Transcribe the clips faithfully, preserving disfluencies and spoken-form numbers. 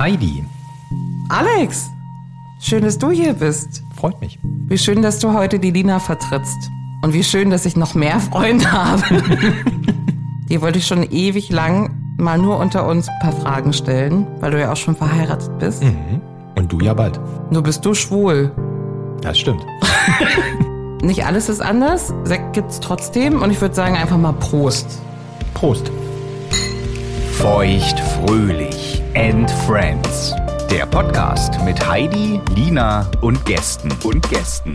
Heidi. Alex, schön, dass du hier bist. Freut mich. Wie schön, dass du heute die Lina vertrittst. Und wie schön, dass ich noch mehr Freunde habe. Die wollte ich schon ewig lang mal nur unter uns ein paar Fragen stellen, weil du ja auch schon verheiratet bist. Mhm. Und du ja bald. Nur bist du schwul. Das stimmt. Nicht alles ist anders. Sekt gibt's trotzdem. Und ich würde sagen einfach mal Prost. Prost. Feucht-fröhlich and Friends. Der Podcast mit Heidi, Lina und Gästen und Gästen.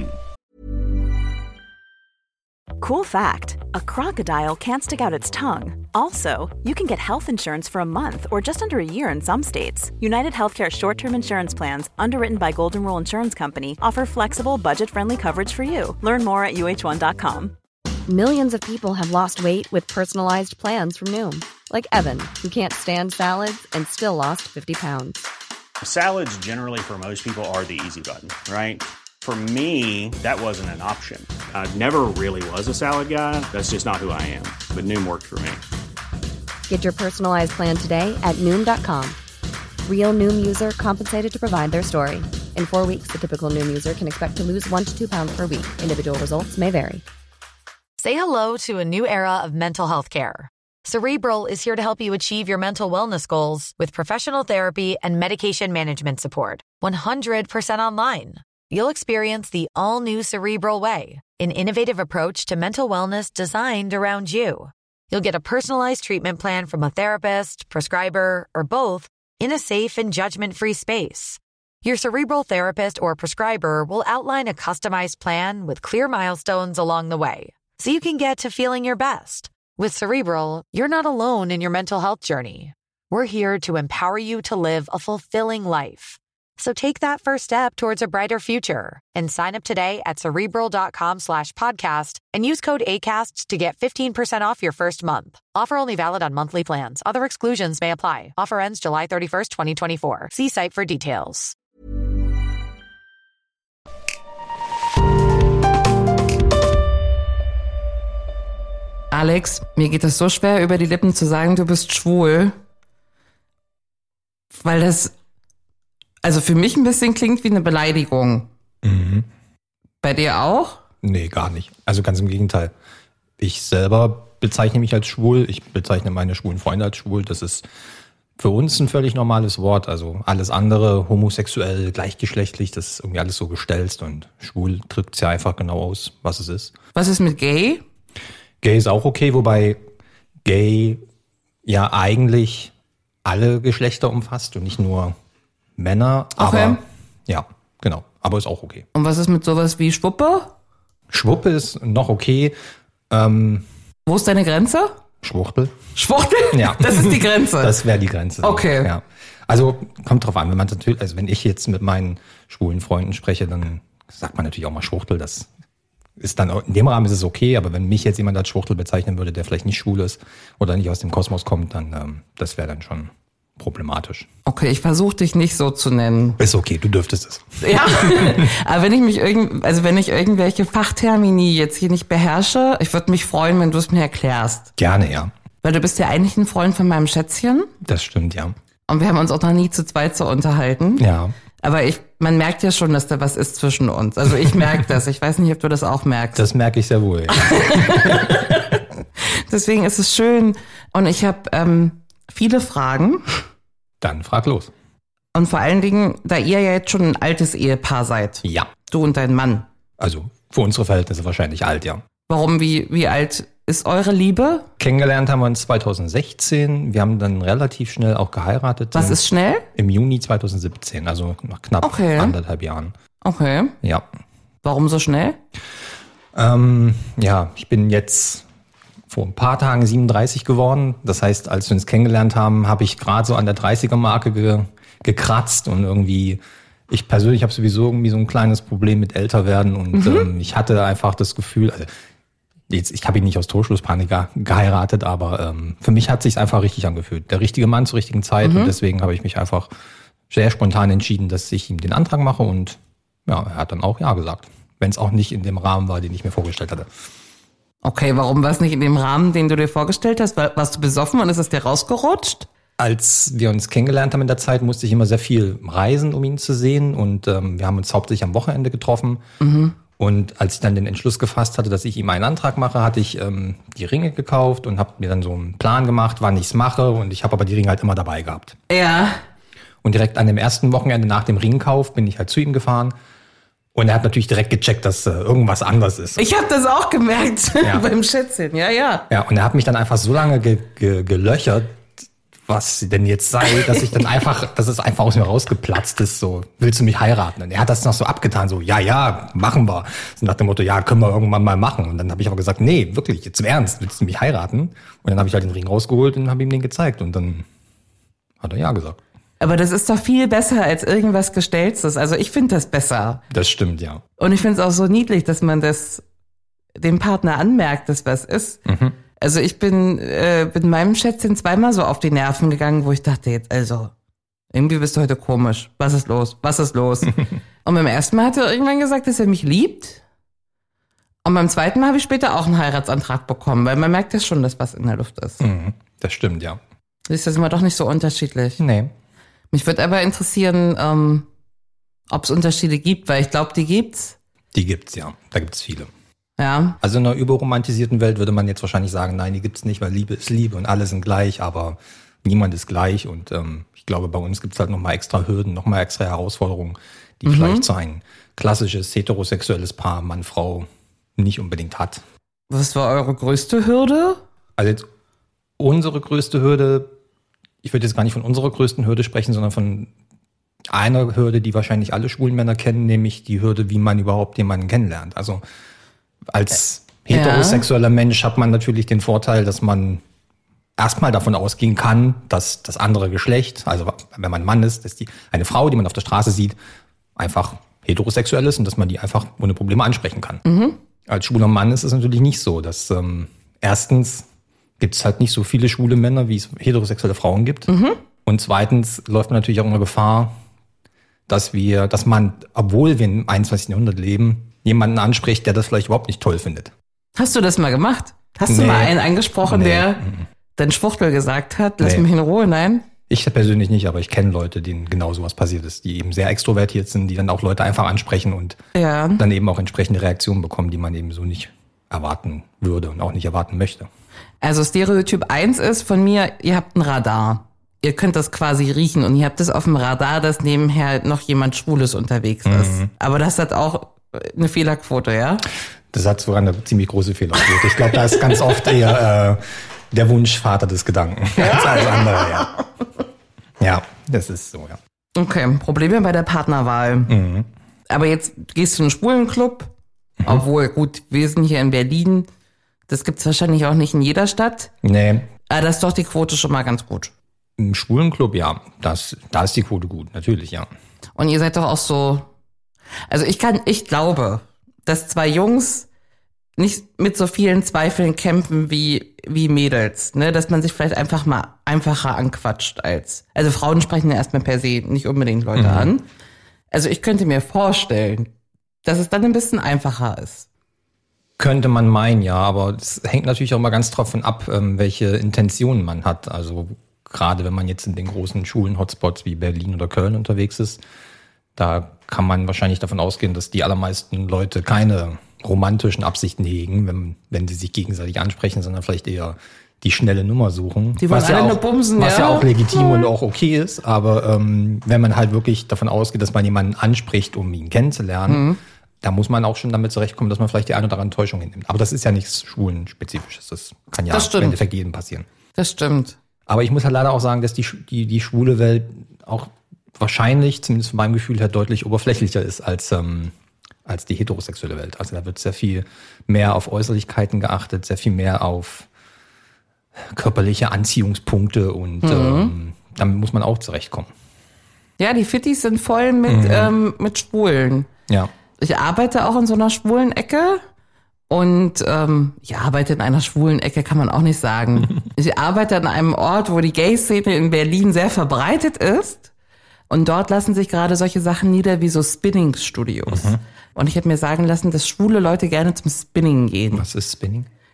Cool fact, a crocodile can't stick out its tongue. Also, you can get health insurance for a month or just under a year in some states. United Healthcare short-term insurance plans, underwritten by Golden Rule Insurance Company, offer flexible, budget-friendly coverage for you. Learn more at U H one dot com. Millions of people have lost weight with personalized plans from Noom. Like Evan, who can't stand salads and still lost fifty pounds. Salads generally for most people are the easy button, right? For me, that wasn't an option. I never really was a salad guy. That's just not who I am. But Noom worked for me. Get your personalized plan today at Noom dot com. Real Noom user compensated to provide their story. In four weeks, the typical Noom user can expect to lose one to two pounds per week. Individual results may vary. Say hello to a new era of mental health care. Cerebral is here to help you achieve your mental wellness goals with professional therapy and medication management support. one hundred percent online. You'll experience the all-new Cerebral Way, an innovative approach to mental wellness designed around you. You'll get a personalized treatment plan from a therapist, prescriber, or both in a safe and judgment-free space. Your Cerebral therapist or prescriber will outline a customized plan with clear milestones along the way, so you can get to feeling your best. With Cerebral, you're not alone in your mental health journey. We're here to empower you to live a fulfilling life. So take that first step towards a brighter future and sign up today at Cerebral.com slash podcast and use code ACAST to get fifteen percent off your first month. Offer only valid on monthly plans. Other exclusions may apply. Offer ends July thirty-first, twenty twenty-four. See site for details. Alex, mir geht es so schwer, über die Lippen zu sagen, du bist schwul. Weil das, also für mich ein bisschen klingt wie eine Beleidigung. Mhm. Bei dir auch? Nee, gar nicht. Also ganz im Gegenteil. Ich selber bezeichne mich als schwul. Ich bezeichne meine schwulen Freunde als schwul. Das ist für uns ein völlig normales Wort. Also alles andere, homosexuell, gleichgeschlechtlich, das ist irgendwie alles so gestelzt. Und schwul drückt es ja einfach genau aus, was es ist. Was ist mit gay? Gay ist auch okay, wobei gay ja eigentlich alle Geschlechter umfasst und nicht nur Männer. Okay. Aber ja, genau. Aber ist auch okay. Und was ist mit sowas wie Schwuppe? Schwuppe ist noch okay. Ähm, Wo ist deine Grenze? Schwuchtel. Schwuchtel? Ja. Das ist die Grenze. Das wäre die Grenze. Okay. Ja. Also kommt drauf an, wenn man natürlich, also wenn ich jetzt mit meinen schwulen Freunden spreche, dann sagt man natürlich auch mal Schwuchtel. Das ist dann, in dem Rahmen ist es okay, aber wenn mich jetzt jemand als Schwuchtel bezeichnen würde, der vielleicht nicht schwul ist oder nicht aus dem Kosmos kommt, dann ähm, das wäre dann schon problematisch. Okay, ich versuche dich nicht so zu nennen. Ist okay, du dürftest es. Ja, aber wenn ich mich irgend, also wenn ich irgendwelche Fachtermini jetzt hier nicht beherrsche, ich würde mich freuen, wenn du es mir erklärst. Gerne, ja. Weil du bist ja eigentlich ein Freund von meinem Schätzchen. Das stimmt, ja. Und wir haben uns auch noch nie zu zweit so unterhalten. Ja. Aber ich, man merkt ja schon, dass da was ist zwischen uns. Also ich merke das. Ich weiß nicht, ob du das auch merkst. Das merke ich sehr wohl. Ja. Deswegen ist es schön. Und ich habe ähm, viele Fragen. Dann frag los. Und vor allen Dingen, da ihr ja jetzt schon ein altes Ehepaar seid. Ja. Du und dein Mann. Also für unsere Verhältnisse wahrscheinlich alt, ja. Warum, wie, wie alt ist eure Liebe? Kennengelernt haben wir uns zwanzig sechzehn. Wir haben dann relativ schnell auch geheiratet. Was ist schnell? Im Juni zwanzig siebzehn, also nach knapp Okay. anderthalb Jahren. Okay. Ja. Warum so schnell? Ähm, ja, ich bin jetzt vor ein paar Tagen siebenunddreißig geworden. Das heißt, als wir uns kennengelernt haben, habe ich gerade so an der dreißiger-Marke ge- gekratzt und irgendwie, ich persönlich habe sowieso irgendwie so ein kleines Problem mit Älterwerden und Mhm. ähm, ich hatte einfach das Gefühl, also jetzt, ich habe ihn nicht aus Totschlusspanik ge- geheiratet, aber ähm, für mich hat es sich einfach richtig angefühlt. Der richtige Mann zur richtigen Zeit Mhm. und deswegen habe ich mich einfach sehr spontan entschieden, dass ich ihm den Antrag mache und ja, er hat dann auch ja gesagt, wenn es auch nicht in dem Rahmen war, den ich mir vorgestellt hatte. Okay, warum war es nicht in dem Rahmen, den du dir vorgestellt hast? War, warst du besoffen und ist es dir rausgerutscht? Als wir uns kennengelernt haben in der Zeit, musste ich immer sehr viel reisen, um ihn zu sehen. Und ähm, wir haben uns hauptsächlich am Wochenende getroffen. Mhm. Und als ich dann den Entschluss gefasst hatte, dass ich ihm einen Antrag mache, hatte ich ähm, die Ringe gekauft und habe mir dann so einen Plan gemacht, wann ich es mache. Und ich habe aber die Ringe halt immer dabei gehabt. Ja. Und direkt an dem ersten Wochenende nach dem Ringkauf bin ich halt zu ihm gefahren. Und er hat natürlich direkt gecheckt, dass äh, irgendwas anders ist. Ich habe das auch gemerkt ja. beim Schätzchen, ja, ja. Ja, und er hat mich dann einfach so lange ge- ge- gelöchert, was denn jetzt sei, dass ich dann einfach, dass es einfach aus mir rausgeplatzt ist, so, willst du mich heiraten? Und er hat das noch so abgetan, so, ja, ja, machen wir. So nach dem Motto, ja, können wir irgendwann mal machen. Und dann habe ich aber gesagt, nee, wirklich, jetzt im Ernst, willst du mich heiraten? Und dann habe ich halt den Ring rausgeholt und habe ihm den gezeigt. Und dann hat er ja gesagt. Aber das ist doch viel besser als irgendwas Gestelltes. Also ich finde das besser. Das stimmt, ja. Und ich finde es auch so niedlich, dass man das dem Partner anmerkt, dass was ist. Mhm. Also ich bin, äh, bin meinem Schätzchen zweimal so auf die Nerven gegangen, wo ich dachte jetzt, also, irgendwie bist du heute komisch. Was ist los? Was ist los? Und beim ersten Mal hat er irgendwann gesagt, dass er mich liebt. Und beim zweiten Mal habe ich später auch einen Heiratsantrag bekommen, weil man merkt ja schon, dass was in der Luft ist. Mhm, das stimmt, ja. Siehst du, das ist immer doch nicht so unterschiedlich. Nee. Mich würde aber interessieren, ähm, ob es Unterschiede gibt, weil ich glaube, die gibt's. Die gibt's, ja. Da gibt's viele. Ja. Also in einer überromantisierten Welt würde man jetzt wahrscheinlich sagen, nein, die gibt's nicht, weil Liebe ist Liebe und alle sind gleich, aber niemand ist gleich. Und ähm, ich glaube, bei uns gibt's halt nochmal extra Hürden, nochmal extra Herausforderungen, die mhm. vielleicht so ein klassisches heterosexuelles Paar, Mann, Frau, nicht unbedingt hat. Was war eure größte Hürde? Also jetzt unsere größte Hürde, ich würde jetzt gar nicht von unserer größten Hürde sprechen, sondern von einer Hürde, die wahrscheinlich alle schwulen Männer kennen, nämlich die Hürde, wie man überhaupt jemanden kennenlernt. Also als heterosexueller ja. Mensch hat man natürlich den Vorteil, dass man erstmal davon ausgehen kann, dass das andere Geschlecht, also wenn man ein Mann ist, dass die eine Frau, die man auf der Straße sieht, einfach heterosexuell ist und dass man die einfach ohne Probleme ansprechen kann. Mhm. Als schwuler Mann ist es natürlich nicht so, dass ähm, erstens gibt es halt nicht so viele schwule Männer, wie es heterosexuelle Frauen gibt. Mhm. Und zweitens läuft man natürlich auch immer Gefahr, dass wir, dass man, obwohl wir im einundzwanzigsten Jahrhundert leben, jemanden anspricht, der das vielleicht überhaupt nicht toll findet. Hast du das mal gemacht? Hast nee. du mal einen angesprochen, nee. der dein Schwuchtel gesagt hat, lass nee. mich in Ruhe? Nein? Ich persönlich nicht, aber ich kenne Leute, denen genau sowas passiert ist, die eben sehr extrovertiert sind, die dann auch Leute einfach ansprechen und ja. dann eben auch entsprechende Reaktionen bekommen, die man eben so nicht erwarten würde und auch nicht erwarten möchte. Also Stereotyp eins ist von mir, ihr habt ein Radar. Ihr könnt das quasi riechen und ihr habt das auf dem Radar, dass nebenher noch jemand Schwules unterwegs ist. Mhm. Aber das hat auch eine Fehlerquote, ja? Das hat sogar eine ziemlich große Fehlerquote. Ich glaube, da ist ganz oft eher äh, der Wunschvater des Gedanken als alles andere, ja. Ja, das ist so, ja. Okay, Probleme bei der Partnerwahl. Mhm. Aber jetzt gehst du in einen Schwulenclub, mhm. obwohl, gut, wir sind hier in Berlin, das gibt's wahrscheinlich auch nicht in jeder Stadt. Nee. Aber da ist doch die Quote schon mal ganz gut. Im Schwulenclub, ja, das, da ist die Quote gut, natürlich, ja. Und ihr seid doch auch so, also ich kann, ich glaube, dass zwei Jungs nicht mit so vielen Zweifeln kämpfen wie, wie Mädels, ne, dass man sich vielleicht einfach mal einfacher anquatscht als, also Frauen sprechen ja erstmal per se nicht unbedingt Leute mhm. an. Also ich könnte mir vorstellen, dass es dann ein bisschen einfacher ist. Könnte man meinen, ja, aber es hängt natürlich auch mal ganz davon ab, welche Intentionen man hat. Also gerade wenn man jetzt in den großen Schulen-Hotspots wie Berlin oder Köln unterwegs ist, da kann man wahrscheinlich davon ausgehen, dass die allermeisten Leute keine romantischen Absichten hegen, wenn, wenn sie sich gegenseitig ansprechen, sondern vielleicht eher die schnelle Nummer suchen. Die wollen was alle ja auch, nur bumsen, was ja. ja auch legitim und auch okay ist. Aber ähm, wenn man halt wirklich davon ausgeht, dass man jemanden anspricht, um ihn kennenzulernen, mhm. da muss man auch schon damit zurechtkommen, dass man vielleicht die eine oder andere Enttäuschung hinnimmt. Aber das ist ja nichts Schwulenspezifisches. Das kann ja im Endeffekt jedem passieren. Das stimmt. Aber ich muss halt leider auch sagen, dass die, die, die schwule Welt auch wahrscheinlich, zumindest von meinem Gefühl her, deutlich oberflächlicher ist als, ähm, als die heterosexuelle Welt. Also da wird sehr viel mehr auf Äußerlichkeiten geachtet, sehr viel mehr auf körperliche Anziehungspunkte und mhm. ähm, damit muss man auch zurechtkommen. Ja, die Fittis sind voll mit, mhm. ähm, mit Schwulen. Ja. Ich arbeite auch in so einer schwulen Ecke. Und ähm, ich arbeite in einer schwulen Ecke, kann man auch nicht sagen. Ich arbeite an einem Ort, wo die Gay-Szene in Berlin sehr verbreitet ist. Und dort lassen sich gerade solche Sachen nieder wie so Spinning-Studios. Mhm. Und ich habe mir sagen lassen, dass schwule Leute gerne zum Spinning gehen. Was ist Spinning?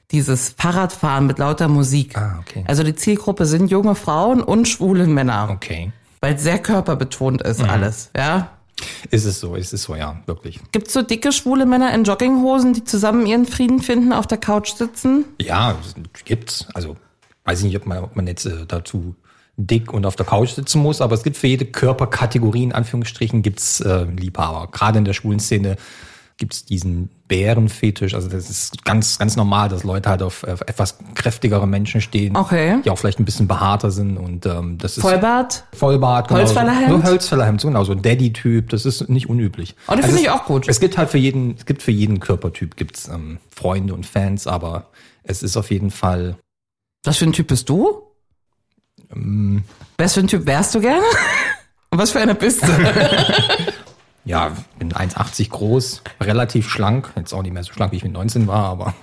dieses Fahrradfahren mit lauter Musik. Ah, okay. Also die Zielgruppe sind junge Frauen und schwule Männer. Okay. Weil es sehr körperbetont ist mhm. alles, ja. Ist es so, ist es so, ja, wirklich. Gibt es so dicke, schwule Männer in Jogginghosen, die zusammen ihren Frieden finden, auf der Couch sitzen? Ja, gibt's. Also weiß ich nicht, ob man, ob man jetzt äh, dazu dick und auf der Couch sitzen muss, aber es gibt für jede Körperkategorie, in Anführungsstrichen, gibt's äh, Liebhaber. Gerade in der schwulen Szene gibt's diesen Bärenfetisch. Also das ist ganz, ganz normal, dass Leute halt auf, auf etwas kräftigere Menschen stehen, okay. die auch vielleicht ein bisschen behaarter sind. Und ähm, das ist Vollbart? Vollbart, genau. Holzfällerhemd? So, Holzfällerhemd, so genau, so ein Daddy-Typ, das ist nicht unüblich. Oh, das also finde ich es, auch gut. Es gibt halt für jeden, es gibt für jeden Körpertyp gibt's ähm, Freunde und Fans, aber es ist auf jeden Fall. Was für ein Typ bist du? Ähm, Was für ein Typ wärst du gerne? Und was für einer bist du? Ja, bin eins Komma achtzig groß, relativ schlank. Jetzt auch nicht mehr so schlank, wie ich mit neunzehn war, aber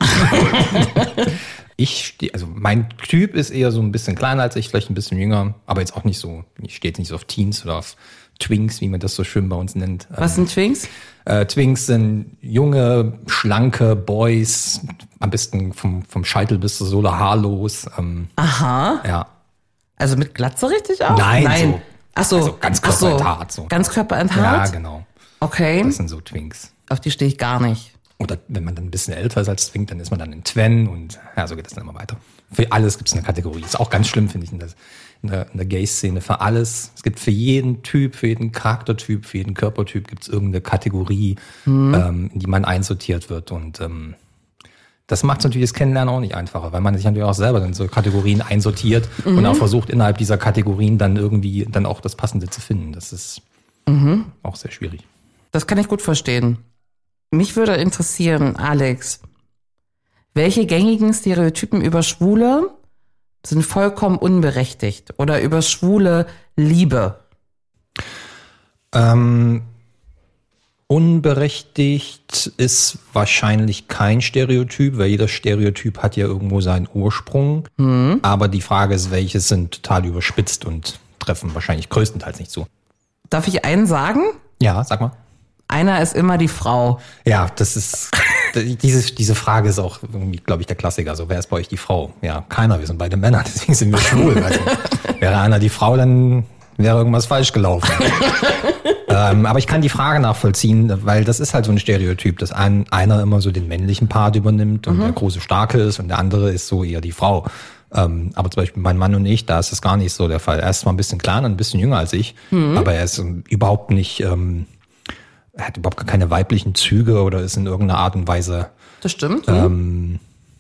ich stehe, also mein Typ ist eher so ein bisschen kleiner als ich, vielleicht ein bisschen jünger, aber jetzt auch nicht so, ich stehe jetzt nicht so auf Teens oder auf Twinks, wie man das so schön bei uns nennt. Was sind Twinks? Äh, Twinks sind junge, schlanke Boys, am besten vom, vom Scheitel bis zur Sohle haarlos. Ähm, Aha. Ja. Also mit Glatze richtig auch? Nein, Nein. so. Ach so. Also ganz Ach so. körperenthaart. So. Ganz körperenthaart? Ja, genau. Okay. Das sind so Twinks. Auf die stehe ich gar nicht. Oder wenn man dann ein bisschen älter ist als Twink, dann ist man dann ein Twen und ja, so geht das dann immer weiter. Für alles gibt es eine Kategorie. Ist auch ganz schlimm, finde ich, in der, in der, in der Gay-Szene. Für alles. Es gibt für jeden Typ, für jeden Charaktertyp, für jeden Körpertyp gibt es irgendeine Kategorie, mhm. ähm, in die man einsortiert wird. Und ähm, das macht natürlich das Kennenlernen auch nicht einfacher, weil man sich natürlich auch selber in so Kategorien einsortiert mhm. und auch versucht, innerhalb dieser Kategorien dann irgendwie dann auch das Passende zu finden. Das ist mhm. auch sehr schwierig. Das kann ich gut verstehen. Mich würde interessieren, Alex, welche gängigen Stereotypen über Schwule sind vollkommen unberechtigt oder über schwule Liebe? Ähm, unberechtigt ist wahrscheinlich kein Stereotyp, weil jeder Stereotyp hat ja irgendwo seinen Ursprung. Mhm. Aber die Frage ist, welche sind total überspitzt und treffen wahrscheinlich größtenteils nicht zu. Darf ich einen sagen? Ja, sag mal. Einer ist immer die Frau. Ja, das ist, diese, diese Frage ist auch irgendwie, glaube ich, der Klassiker. Also, wer ist bei euch die Frau? Ja, keiner, wir sind beide Männer, deswegen sind wir schwul. Also, wäre einer die Frau, dann wäre irgendwas falsch gelaufen. ähm, aber ich kann die Frage nachvollziehen, weil das ist halt so ein Stereotyp, dass ein, einer immer so den männlichen Part übernimmt und mhm. der große Starke ist und der andere ist so eher die Frau. Ähm, aber zum Beispiel mein Mann und ich, da ist das gar nicht so der Fall. Er ist zwar ein bisschen kleiner, ein bisschen jünger als ich, mhm. aber er ist ähm, überhaupt nicht... Ähm, Er hat überhaupt gar keine weiblichen Züge oder ist in irgendeiner Art und Weise das stimmt, ähm,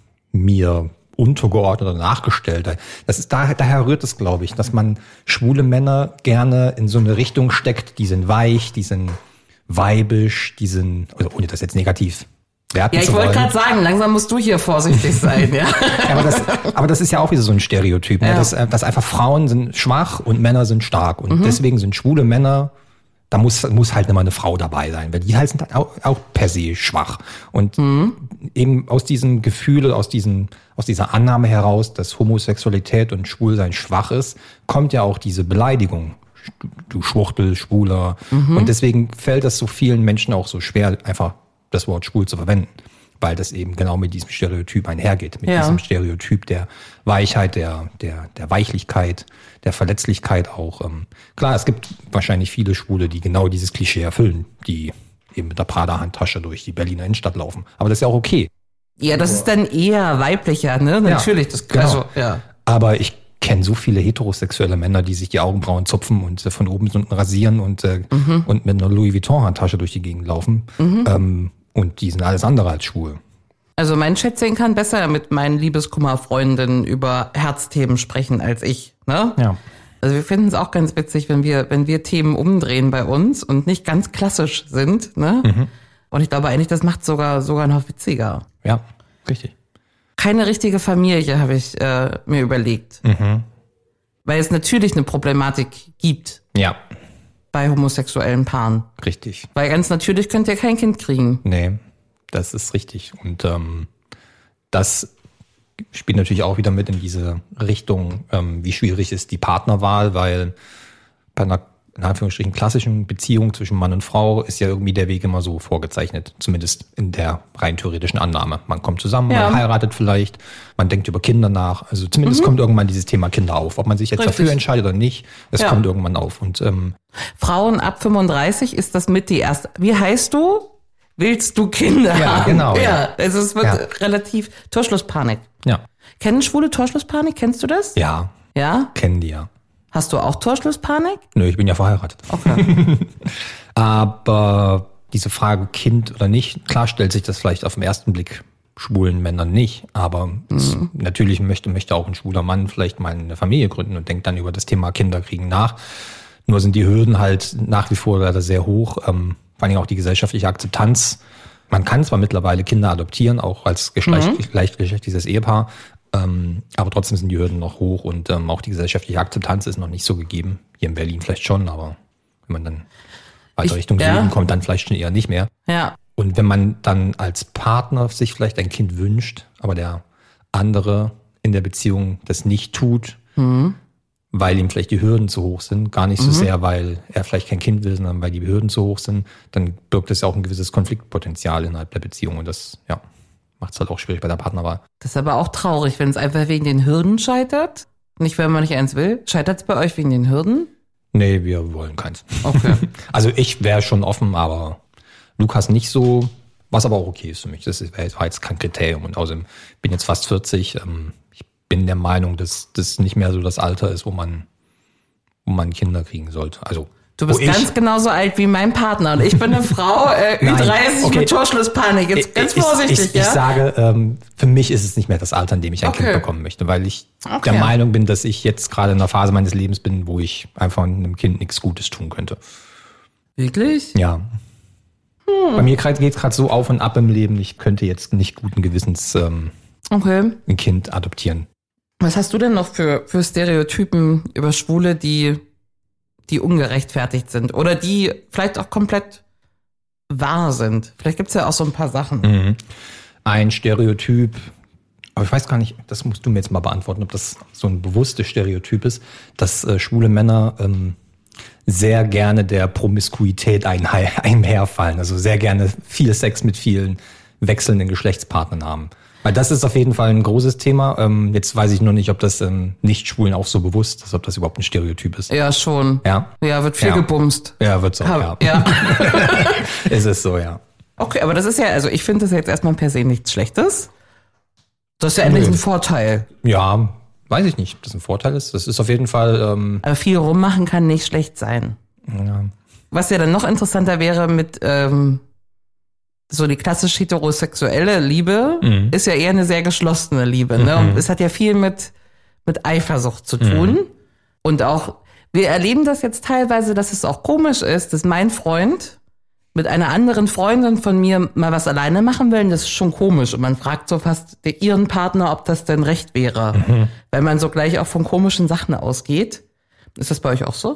mir untergeordnet oder nachgestellt. Das ist daher, daher rührt es, glaube ich, dass man schwule Männer gerne in so eine Richtung steckt, die sind weich, die sind weibisch, die sind, also ohne das jetzt negativ werten ja, ich zu wollen. wollte gerade sagen, langsam musst du hier vorsichtig sein, ja. ja aber, das, aber das ist ja auch wieder so ein Stereotyp, ja. ne? dass, dass einfach Frauen sind schwach und Männer sind stark und mhm. deswegen sind schwule Männer, da muss, muss halt immer eine Frau dabei sein, weil die halt sind auch, auch per se schwach. Und mhm. eben aus diesem Gefühl, aus diesen, aus dieser Annahme heraus, dass Homosexualität und Schwulsein schwach ist, kommt ja auch diese Beleidigung. Du, du Schwuchtel, Schwuler. Mhm. Und deswegen fällt es so vielen Menschen auch so schwer, einfach das Wort schwul zu verwenden. Weil das eben genau mit diesem Stereotyp einhergeht. Mit ja. diesem Stereotyp der Weichheit, der, der, der Weichlichkeit, der Verletzlichkeit auch. Ähm, klar, es gibt wahrscheinlich viele Schwule, die genau dieses Klischee erfüllen, die eben mit der Prada-Handtasche durch die Berliner Innenstadt laufen. Aber das ist ja auch okay. Ja, das ist dann eher weiblicher, ne? Natürlich. Ja, das, genau. also, ja. Aber ich kenne so viele heterosexuelle Männer, die sich die Augenbrauen zupfen und äh, von oben bis unten rasieren und, äh, mhm. und mit einer Louis Vuitton-Handtasche durch die Gegend laufen. Mhm. Ähm, Und die sind alles andere als schwul. Also mein Schätzchen kann besser mit meinen Liebeskummerfreundinnen über Herzthemen sprechen als ich, ne? Ja. Also wir finden es auch ganz witzig, wenn wir, wenn wir Themen umdrehen bei uns und nicht ganz klassisch sind, ne? Mhm. Und ich glaube eigentlich, das macht sogar, sogar noch witziger. Ja, richtig. Keine richtige Familie, habe ich äh, mir überlegt. Mhm. Weil es natürlich eine Problematik gibt. Ja. Bei homosexuellen Paaren. Richtig. Weil ganz natürlich könnt ihr kein Kind kriegen. Nee, das ist richtig. Und ähm, das spielt natürlich auch wieder mit in diese Richtung, ähm, wie schwierig ist die Partnerwahl, weil bei einer, in Anführungsstrichen klassischen Beziehung zwischen Mann und Frau ist ja irgendwie der Weg immer so vorgezeichnet, zumindest in der rein theoretischen Annahme. Man kommt zusammen, ja. man heiratet vielleicht, man denkt über Kinder nach. Also zumindest mhm. kommt irgendwann dieses Thema Kinder auf. Ob man sich jetzt Richtig. dafür entscheidet oder nicht, es ja. kommt irgendwann auf. Und ähm, Frauen ab fünfunddreißig ist das mit die erste. Wie heißt du? Willst du Kinder ja, haben? Genau, ja, ja. Also es wird ja. relativ Torschlusspanik. Ja. Kennen Schwule Torschlusspanik? Kennst du das? Ja. Ja? Kennen die ja. Hast du auch Torschlusspanik? Nö, ich bin ja verheiratet. Okay. Aber diese Frage Kind oder nicht, klar stellt sich das vielleicht auf den ersten Blick schwulen Männern nicht, aber mhm. es, natürlich möchte, möchte auch ein schwuler Mann vielleicht mal eine Familie gründen und denkt dann über das Thema Kinderkriegen nach. Nur sind die Hürden halt nach wie vor leider sehr hoch, ähm, vor allem auch die gesellschaftliche Akzeptanz. Man kann zwar mittlerweile Kinder adoptieren, auch als geschlecht, mhm. gleichgeschlechtliches Ehepaar, Ähm, aber trotzdem sind die Hürden noch hoch und ähm, auch die gesellschaftliche Akzeptanz ist noch nicht so gegeben. Hier in Berlin vielleicht schon, aber wenn man dann weiter ich, Richtung ja. Süden kommt, dann vielleicht schon eher nicht mehr. Ja. Und wenn man dann als Partner sich vielleicht ein Kind wünscht, aber der andere in der Beziehung das nicht tut, mhm. weil ihm vielleicht die Hürden zu hoch sind, gar nicht so mhm. sehr, weil er vielleicht kein Kind will, sondern weil die Hürden zu hoch sind, dann birgt das ja auch ein gewisses Konfliktpotenzial innerhalb der Beziehung und das, ja. macht es halt auch schwierig bei der Partnerwahl. Das ist aber auch traurig, wenn es einfach wegen den Hürden scheitert. Nicht, wenn man nicht eins will. Scheitert es bei euch wegen den Hürden? Nee, wir wollen keins. Okay. Also ich wäre schon offen, aber Lukas nicht so, was aber auch okay ist für mich. Das war jetzt kein Kriterium. Und außerdem bin jetzt fast vierzig. Ich bin der Meinung, dass das nicht mehr so das Alter ist, wo man, wo man Kinder kriegen sollte. Also Du bist ganz ich, genauso alt wie mein Partner und ich bin eine Frau, äh, Ü dreißig okay. mit Torschlusspanik. Jetzt ganz vorsichtig, ich, ich, ja? Ich sage, ähm, für mich ist es nicht mehr das Alter, in dem ich ein okay. Kind bekommen möchte, weil ich okay. der Meinung bin, dass ich jetzt gerade in einer Phase meines Lebens bin, wo ich einfach einem Kind nichts Gutes tun könnte. Wirklich? Ja. Hm. Bei mir geht es gerade so auf und ab im Leben, ich könnte jetzt nicht guten Gewissens ähm, okay. ein Kind adoptieren. Was hast du denn noch für, für Stereotypen über Schwule, die... die ungerechtfertigt sind oder die vielleicht auch komplett wahr sind. Vielleicht gibt's ja auch so ein paar Sachen. Mhm. Ein Stereotyp, aber ich weiß gar nicht, das musst du mir jetzt mal beantworten, ob das so ein bewusstes Stereotyp ist, dass äh, schwule Männer ähm, sehr gerne der Promiskuität einherfallen, also sehr gerne viel Sex mit vielen wechselnden Geschlechtspartnern haben. Weil das ist auf jeden Fall ein großes Thema. Ähm, jetzt weiß ich nur nicht, ob das ähm, Nicht-Schwulen auch so bewusst ist, ob das überhaupt ein Stereotyp ist. Ja, schon. Ja? Ja, wird viel ja. gebumst. Ja, wird's auch, ja. ja. Es ist so, ja. Okay, aber das ist ja, also ich finde das jetzt erstmal per se nichts Schlechtes. Das ist ja endlich ein Vorteil. Ja, weiß ich nicht, ob das ein Vorteil ist. Das ist auf jeden Fall... Ähm, aber viel rummachen kann nicht schlecht sein. Ja. Was ja dann noch interessanter wäre mit... Ähm, so die klassisch heterosexuelle Liebe mhm. ist ja eher eine sehr geschlossene Liebe. Ne? Mhm. Und es hat ja viel mit, mit Eifersucht zu tun. Mhm. Und auch, wir erleben das jetzt teilweise, dass es auch komisch ist, dass mein Freund mit einer anderen Freundin von mir mal was alleine machen will. Und das ist schon komisch. Und man fragt so fast ihren Partner, ob das denn recht wäre. Mhm. Weil man so gleich auch von komischen Sachen ausgeht. Ist das bei euch auch so?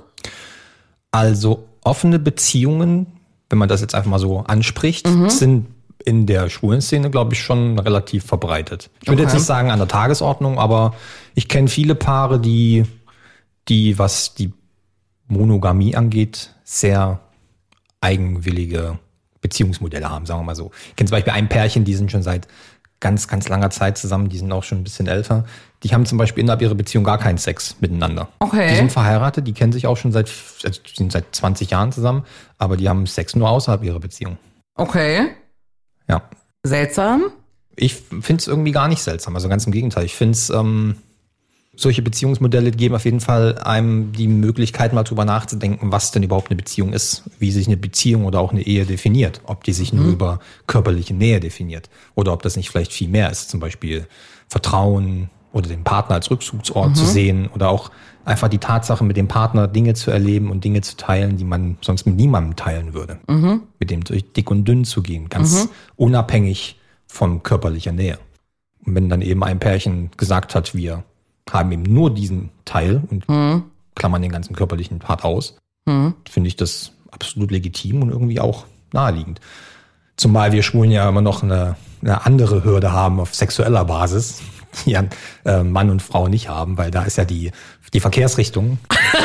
Also offene Beziehungen, wenn man das jetzt einfach mal so anspricht, mhm. sind in der schwulen Szene, glaube ich, schon relativ verbreitet. Ich würde okay. jetzt nicht sagen an der Tagesordnung, aber ich kenne viele Paare, die, die, was die Monogamie angeht, sehr eigenwillige Beziehungsmodelle haben, sagen wir mal so. Ich kenne zum Beispiel ein Pärchen, die sind schon seit ganz, ganz langer Zeit zusammen, die sind auch schon ein bisschen älter. Die haben zum Beispiel innerhalb ihrer Beziehung gar keinen Sex miteinander. Okay. Die sind verheiratet, die kennen sich auch schon seit, also die sind seit zwanzig Jahren zusammen, aber die haben Sex nur außerhalb ihrer Beziehung. Okay. Ja. Seltsam? Ich finde es irgendwie gar nicht seltsam, also ganz im Gegenteil. Ich finde es, ähm, solche Beziehungsmodelle geben auf jeden Fall einem die Möglichkeit, mal drüber nachzudenken, was denn überhaupt eine Beziehung ist, wie sich eine Beziehung oder auch eine Ehe definiert, ob die sich nur mhm. über körperliche Nähe definiert oder ob das nicht vielleicht viel mehr ist, zum Beispiel Vertrauen oder den Partner als Rückzugsort mhm. zu sehen oder auch einfach die Tatsache, mit dem Partner Dinge zu erleben und Dinge zu teilen, die man sonst mit niemandem teilen würde. Mhm. Mit dem durch dick und dünn zu gehen, ganz mhm. unabhängig von körperlicher Nähe. Und wenn dann eben ein Pärchen gesagt hat, wir haben eben nur diesen Teil und mhm. klammern den ganzen körperlichen Part aus, mhm. finde ich das absolut legitim und irgendwie auch naheliegend. Zumal wir Schwulen ja immer noch eine, eine andere Hürde haben auf sexueller Basis, die ja äh, Mann und Frau nicht haben, weil da ist ja die, die Verkehrsrichtung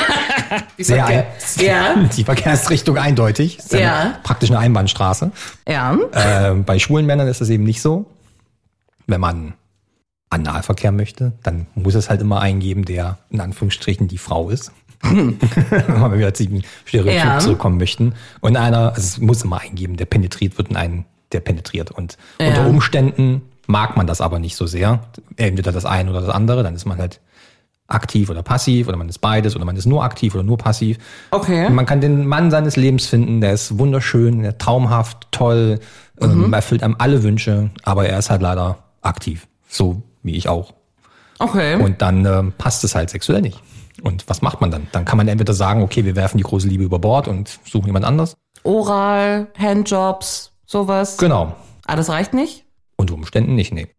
Die Sehr Verkehr- ein, Ja. Die Verkehrsrichtung eindeutig. Ist ja Ja. eine- praktisch eine Einbahnstraße. Ja. Äh, bei schwulen Männern ist das eben nicht so. Wenn man Analverkehr möchte, dann muss es halt immer eingeben, der in Anführungsstrichen die Frau ist. Wenn wir wieder zu diesem Stereotyp Ja. zurückkommen möchten. Und einer, also es muss immer eingeben, der penetriert wird und einen, der penetriert. Und Ja. unter Umständen mag man das aber nicht so sehr. Entweder das eine oder das andere, dann ist man halt aktiv oder passiv oder man ist beides oder man ist nur aktiv oder nur passiv. Okay. Man kann den Mann seines Lebens finden, der ist wunderschön, der traumhaft, toll, Mhm. ähm, erfüllt einem alle Wünsche, aber er ist halt leider aktiv, so wie ich auch. Okay. Und dann ähm, passt es halt sexuell nicht. Und was macht man dann? Dann kann man entweder sagen, okay, wir werfen die große Liebe über Bord und suchen jemand anders. Oral, Handjobs, sowas. Genau. Ah, das reicht nicht? Unter Umständen nicht, nee.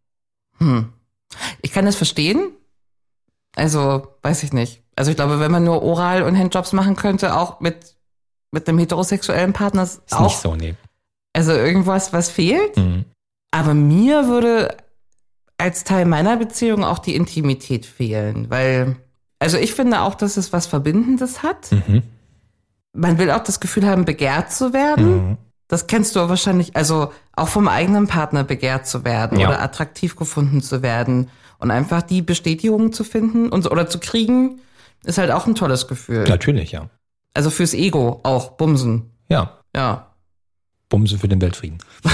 Ich kann das verstehen. Also, weiß ich nicht. Also ich glaube, wenn man nur Oral- und Handjobs machen könnte, auch mit, mit einem heterosexuellen Partner, ist Ist auch nicht so, nee. also irgendwas, was fehlt. Mhm. Aber mir würde als Teil meiner Beziehung auch die Intimität fehlen, weil, also ich finde auch, dass es was Verbindendes hat. Mhm. Man will auch das Gefühl haben, begehrt zu werden. Mhm. Das kennst du wahrscheinlich, also auch vom eigenen Partner begehrt zu werden Ja. oder attraktiv gefunden zu werden und einfach die Bestätigung zu finden und oder zu kriegen, ist halt auch ein tolles Gefühl. Natürlich, ja. Also fürs Ego auch, Bumsen. Ja, Ja. Bumse für den Weltfrieden.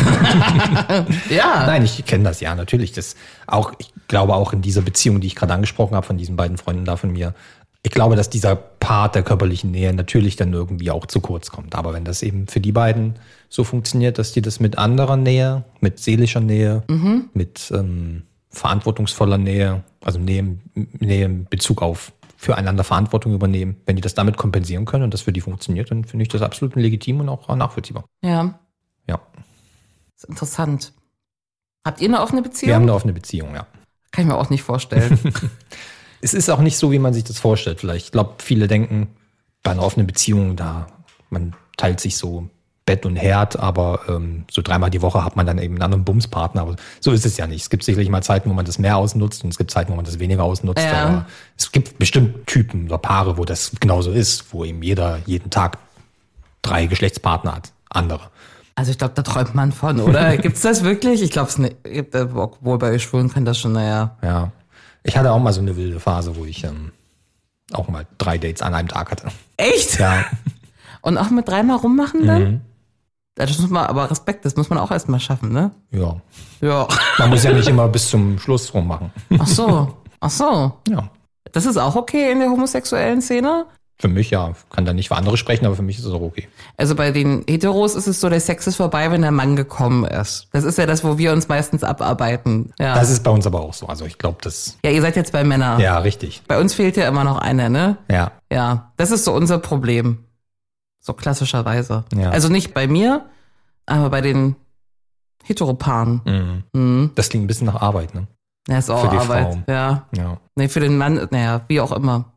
Ja. Nein, ich kenne das, ja, natürlich. Das auch, ich glaube auch in dieser Beziehung, die ich gerade angesprochen habe, von diesen beiden Freunden da von mir, ich glaube, dass dieser Part der körperlichen Nähe natürlich dann irgendwie auch zu kurz kommt. Aber wenn das eben für die beiden so funktioniert, dass die das mit anderer Nähe, mit seelischer Nähe, mit ähm, verantwortungsvoller Nähe, also Nähe, Nähe in Bezug auf füreinander Verantwortung übernehmen, wenn die das damit kompensieren können und das für die funktioniert, dann finde ich das absolut legitim und auch nachvollziehbar. Ja. Ja. Das ist interessant. Habt ihr eine offene Beziehung? Wir haben eine offene Beziehung, ja. Kann ich mir auch nicht vorstellen. Es ist auch nicht so, wie man sich das vorstellt. Vielleicht, ich glaube, viele denken, bei einer offenen Beziehung, da man teilt sich so Bett und Herd, aber ähm, so dreimal die Woche hat man dann eben einen anderen Bumspartner. Aber so ist es ja nicht. Es gibt sicherlich mal Zeiten, wo man das mehr ausnutzt und es gibt Zeiten, wo man das weniger ausnutzt. Ja. Aber es gibt bestimmt Typen oder Paare, wo das genauso ist, wo eben jeder jeden Tag drei Geschlechtspartner hat. Andere. Also ich glaube, da träumt man von, oder? Gibt's das wirklich? Ich glaube es nicht. Obwohl bei Schwulen kann das schon, naja. Ja. Ich hatte auch mal so eine wilde Phase, wo ich ähm, auch mal drei Dates an einem Tag hatte. Echt? Ja. Und auch mit dreimal rummachen dann? Ja, das muss man, aber Respekt, das muss man auch erstmal schaffen, ne? Ja. Ja. Man muss ja nicht immer bis zum Schluss rummachen. Ach so. Ach so. Ja. Das ist auch okay in der homosexuellen Szene? Für mich ja, kann da nicht für andere sprechen, aber für mich ist es auch okay. Also bei den Heteros ist es so, der Sex ist vorbei, wenn der Mann gekommen ist. Das ist ja das, wo wir uns meistens abarbeiten. Ja, Das ist bei uns aber auch so. Also ich glaube, das. ja ihr seid jetzt bei Männern. Ja, richtig. Bei uns fehlt ja immer noch einer, ne? Ja. Ja, das ist so unser Problem. So klassischerweise. Ja. Also nicht bei mir, aber bei den Heteropaaren. Mhm. Mhm. Das klingt ein bisschen nach Arbeit, ne? Ja, ist auch Für die Arbeit. Frau. Ja. Ja. Nee, für den Mann, naja, wie auch immer.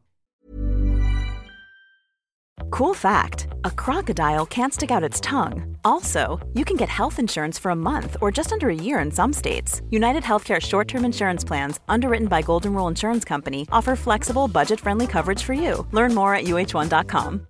Cool fact, a crocodile can't stick out its tongue. Also, you can get health insurance for a month or just under a year in some states. United Healthcare short-term insurance plans, underwritten by Golden Rule Insurance Company, offer flexible, budget-friendly coverage for you. Learn more at U H one dot com.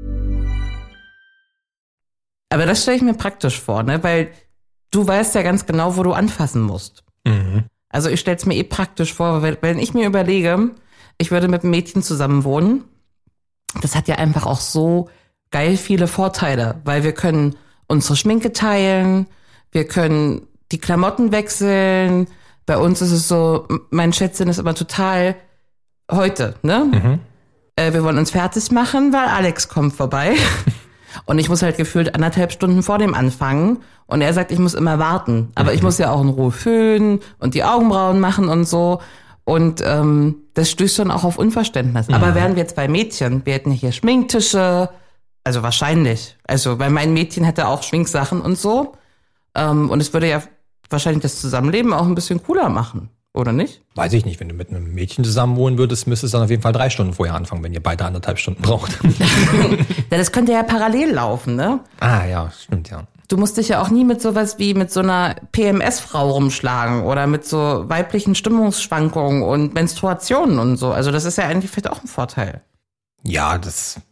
Aber das stelle ich mir praktisch vor, ne? Weil du weißt ja ganz genau, wo du anfassen musst. Mhm. Also ich stelle es mir eh praktisch vor, weil wenn ich mir überlege, ich würde mit einem Mädchen zusammen wohnen, das hat ja einfach auch so geil viele Vorteile, weil wir können unsere Schminke teilen, wir können die Klamotten wechseln. Bei uns ist es so, mein Schätzchen ist immer total heute, ne? Mhm. Äh, wir wollen uns fertig machen, weil Alex kommt vorbei. Und ich muss halt gefühlt anderthalb Stunden vor dem anfangen. Und er sagt, ich muss immer warten. Aber ich muss ja auch in Ruhe föhnen und die Augenbrauen machen und so. Und ähm, das stößt schon auch auf Unverständnis. Mhm. Aber wären wir jetzt bei Mädchen, wir hätten hier Schminktische, also wahrscheinlich. Also, weil mein Mädchen hätte auch Schminksachen und so. Ähm, und es würde ja wahrscheinlich das Zusammenleben auch ein bisschen cooler machen, oder nicht? Weiß ich nicht, wenn du mit einem Mädchen zusammen wohnen würdest, müsstest du dann auf jeden Fall drei Stunden vorher anfangen, wenn ihr beide anderthalb Stunden braucht. Ja, das könnte ja parallel laufen, ne? Ah ja, stimmt, ja. Du musst dich ja auch nie mit sowas wie mit so einer P M S-Frau rumschlagen oder mit so weiblichen Stimmungsschwankungen und Menstruationen und so. Also das ist ja eigentlich vielleicht auch ein Vorteil. Ja, das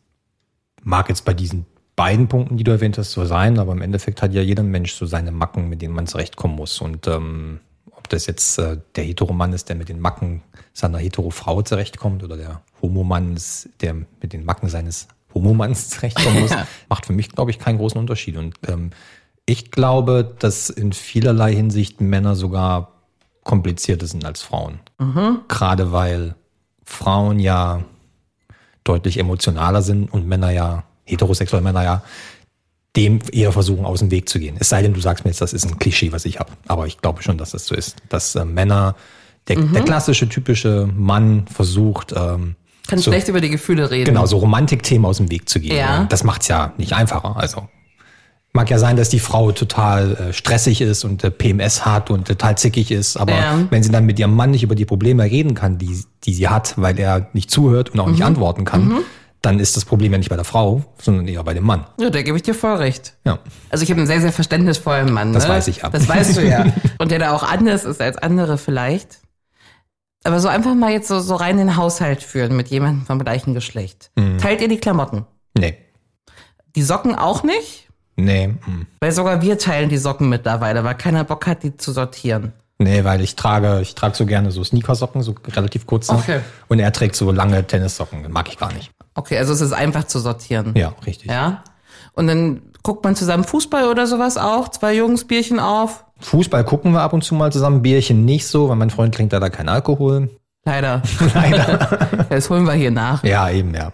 mag jetzt bei diesen beiden Punkten, die du erwähnt hast, so sein, aber im Endeffekt hat ja jeder Mensch so seine Macken, mit denen man zurechtkommen muss. Und ähm, ob das jetzt äh, der Heteromann ist, der mit den Macken seiner Hetero-Frau zurechtkommt, oder der Homomann ist, der mit den Macken seines Homomanns zurechtkommen muss, macht für mich, glaube ich, keinen großen Unterschied. Und ähm, ich glaube, dass in vielerlei Hinsicht Männer sogar komplizierter sind als Frauen. Mhm. Gerade weil Frauen ja deutlich emotionaler sind und Männer ja, heterosexuelle Männer ja, dem eher versuchen, aus dem Weg zu gehen. Es sei denn, du sagst mir jetzt, das ist ein Klischee, was ich habe. Aber ich glaube schon, dass das so ist. Dass äh, Männer, der, mhm. der klassische, typische Mann versucht, ähm, Kann so, schlecht über die Gefühle reden. Genau, so Romantikthemen aus dem Weg zu gehen. Ja. Das macht's ja nicht einfacher. Also mag ja sein, dass die Frau total äh, stressig ist und äh, P M S hat und total zickig ist. Aber ja. wenn sie dann mit ihrem Mann nicht über die Probleme reden kann, die, die sie hat, weil er nicht zuhört und auch mhm. nicht antworten kann, mhm. dann ist das Problem ja nicht bei der Frau, sondern eher bei dem Mann. Ja, da gebe ich dir voll recht. Ja. Also ich habe einen sehr, sehr verständnisvollen Mann. Das ne? weiß ich ja. Das weißt du ja. Und der da auch anders ist als andere vielleicht. Aber so einfach mal jetzt so, so rein in den Haushalt führen mit jemandem vom gleichen Geschlecht. Mhm. Teilt ihr die Klamotten? Nee. Die Socken auch nicht? Nee. Mhm. Weil sogar wir teilen die Socken mittlerweile, weil keiner Bock hat, die zu sortieren. Nee, weil ich trage, ich trage so gerne so Sneakersocken, so relativ kurze. Okay. Und er trägt so lange Tennissocken. Mag ich gar nicht. Okay, also es ist einfach zu sortieren. Ja, richtig. Ja. Und dann guckt man zusammen Fußball oder sowas auch? Zwei Jungs, Bierchen auf? Fußball gucken wir ab und zu mal zusammen, Bierchen nicht so, weil mein Freund trinkt da keinen Alkohol. Leider. Leider. Das holen wir hier nach. Ja, eben, ja.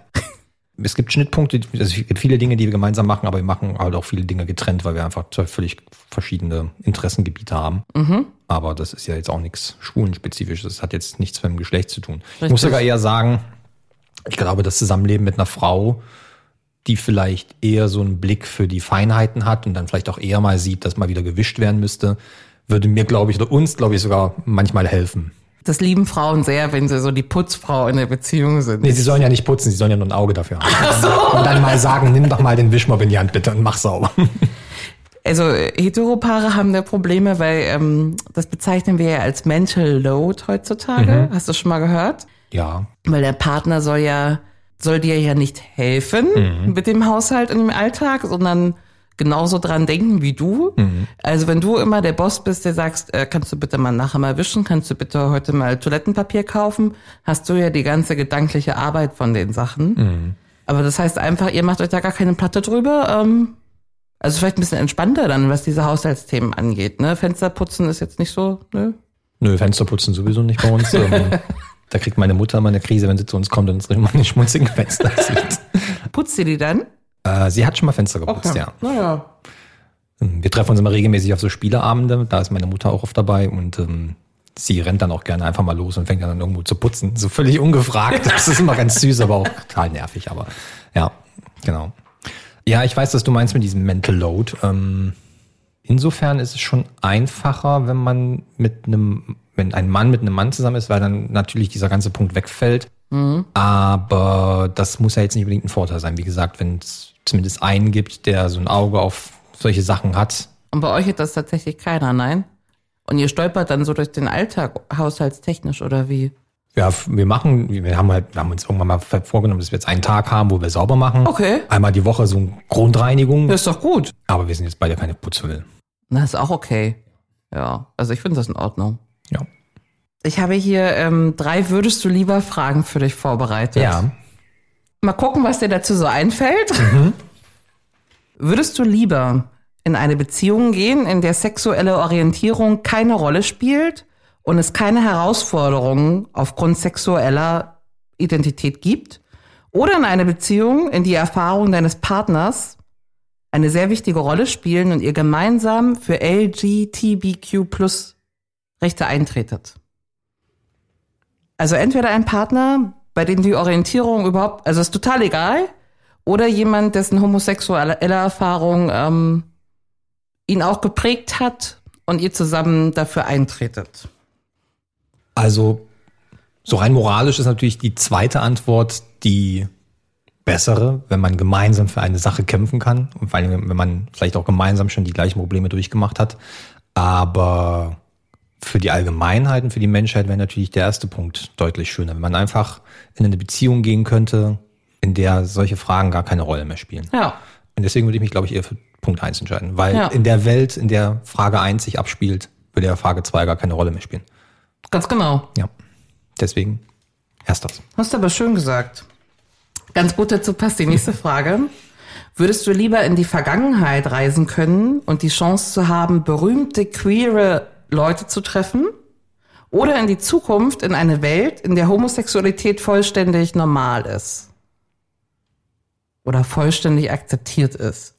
Es gibt Schnittpunkte, also es gibt viele Dinge, die wir gemeinsam machen, aber wir machen halt auch viele Dinge getrennt, weil wir einfach zwei völlig verschiedene Interessengebiete haben. Mhm. Aber das ist ja jetzt auch nichts Schwulenspezifisches. Das hat jetzt nichts mit dem Geschlecht zu tun. Richtig. Ich muss sogar eher sagen, ich glaube, das Zusammenleben mit einer Frau, die vielleicht eher so einen Blick für die Feinheiten hat und dann vielleicht auch eher mal sieht, dass mal wieder gewischt werden müsste, würde mir, glaube ich, oder uns, glaube ich, sogar manchmal helfen. Das lieben Frauen sehr, wenn sie so die Putzfrau in der Beziehung sind. Nee, sie sollen ja nicht putzen, sie sollen ja nur ein Auge dafür haben. Ach so. Und dann mal sagen, nimm doch mal den Wischmopp in die Hand bitte und mach sauber. Also Heteropaare haben da Probleme, weil ähm, das bezeichnen wir ja als Mental Load heutzutage. Mhm. Hast du schon mal gehört? Ja. Weil der Partner soll ja, soll dir ja nicht helfen mhm. mit dem Haushalt und dem Alltag, sondern genauso dran denken wie du. Mhm. Also wenn du immer der Boss bist, der sagst, äh, kannst du bitte mal nachher mal wischen, kannst du bitte heute mal Toilettenpapier kaufen, hast du ja die ganze gedankliche Arbeit von den Sachen. Mhm. Aber das heißt einfach, ihr macht euch da gar keine Platte drüber. Ähm, also vielleicht ein bisschen entspannter dann, was diese Haushaltsthemen angeht. Ne? Fensterputzen ist jetzt nicht so, ne? Nö, Fensterputzen sowieso nicht bei uns. Da kriegt meine Mutter mal eine Krise, wenn sie zu uns kommt und uns meine schmutzigen Fenster sieht. Putzt sie die dann? Äh, sie hat schon mal Fenster geputzt, okay. ja. Naja. Wir treffen uns immer regelmäßig auf so Spieleabende, da ist meine Mutter auch oft dabei und ähm, sie rennt dann auch gerne einfach mal los und fängt dann irgendwo zu putzen. So völlig ungefragt. Das ist immer ganz süß, aber auch total nervig. Aber ja, genau. Ja, ich weiß, was du meinst mit diesem Mental Load. Ähm, insofern ist es schon einfacher, wenn man mit einem, wenn ein Mann mit einem Mann zusammen ist, weil dann natürlich dieser ganze Punkt wegfällt. Mhm. Aber das muss ja jetzt nicht unbedingt ein Vorteil sein. Wie gesagt, wenn es zumindest einen gibt, der so ein Auge auf solche Sachen hat. Und bei euch hat das tatsächlich keiner, nein? Und ihr stolpert dann so durch den Alltag, haushaltstechnisch oder wie? Ja, wir machen, wir haben halt, wir haben uns irgendwann mal vorgenommen, dass wir jetzt einen Tag haben, wo wir sauber machen. Okay. Einmal die Woche so eine Grundreinigung. Das ist doch gut. Aber wir sind jetzt beide keine Putzhülle. Das ist auch okay. Ja, also ich finde das in Ordnung. Ja. Ich habe hier ähm, drei Würdest du lieber Fragen für dich vorbereitet. Ja. Mal gucken, was dir dazu so einfällt. Mhm. Würdest du lieber in eine Beziehung gehen, in der sexuelle Orientierung keine Rolle spielt und es keine Herausforderungen aufgrund sexueller Identität gibt? Oder in eine Beziehung, in die Erfahrungen deines Partners eine sehr wichtige Rolle spielen und ihr gemeinsam für L G B T Q plus Rechte eintretet? Also entweder ein Partner, bei dem die Orientierung überhaupt, also ist total egal, oder jemand, dessen homosexuelle Erfahrung ähm, ihn auch geprägt hat und ihr zusammen dafür eintretet. Also so rein moralisch ist natürlich die zweite Antwort die bessere, wenn man gemeinsam für eine Sache kämpfen kann und vor allem, wenn man vielleicht auch gemeinsam schon die gleichen Probleme durchgemacht hat. Aber für die Allgemeinheit und für die Menschheit wäre natürlich der erste Punkt deutlich schöner. Wenn man einfach in eine Beziehung gehen könnte, in der solche Fragen gar keine Rolle mehr spielen. Ja. Und deswegen würde ich mich, glaube ich, eher für Punkt eins entscheiden. Weil Ja. in der Welt, in der Frage eins sich abspielt, würde ja Frage zwei gar keine Rolle mehr spielen. Ganz genau. Ja. Deswegen ersteres. Hast du aber schön gesagt. Ganz gut dazu passt die nächste Frage. Würdest du lieber in die Vergangenheit reisen können und die Chance zu haben, berühmte, queere Leute zu treffen? Oder in die Zukunft, in eine Welt, in der Homosexualität vollständig normal ist? Oder vollständig akzeptiert ist?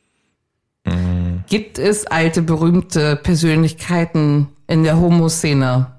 Mhm. Gibt es alte, berühmte Persönlichkeiten in der Homoszene,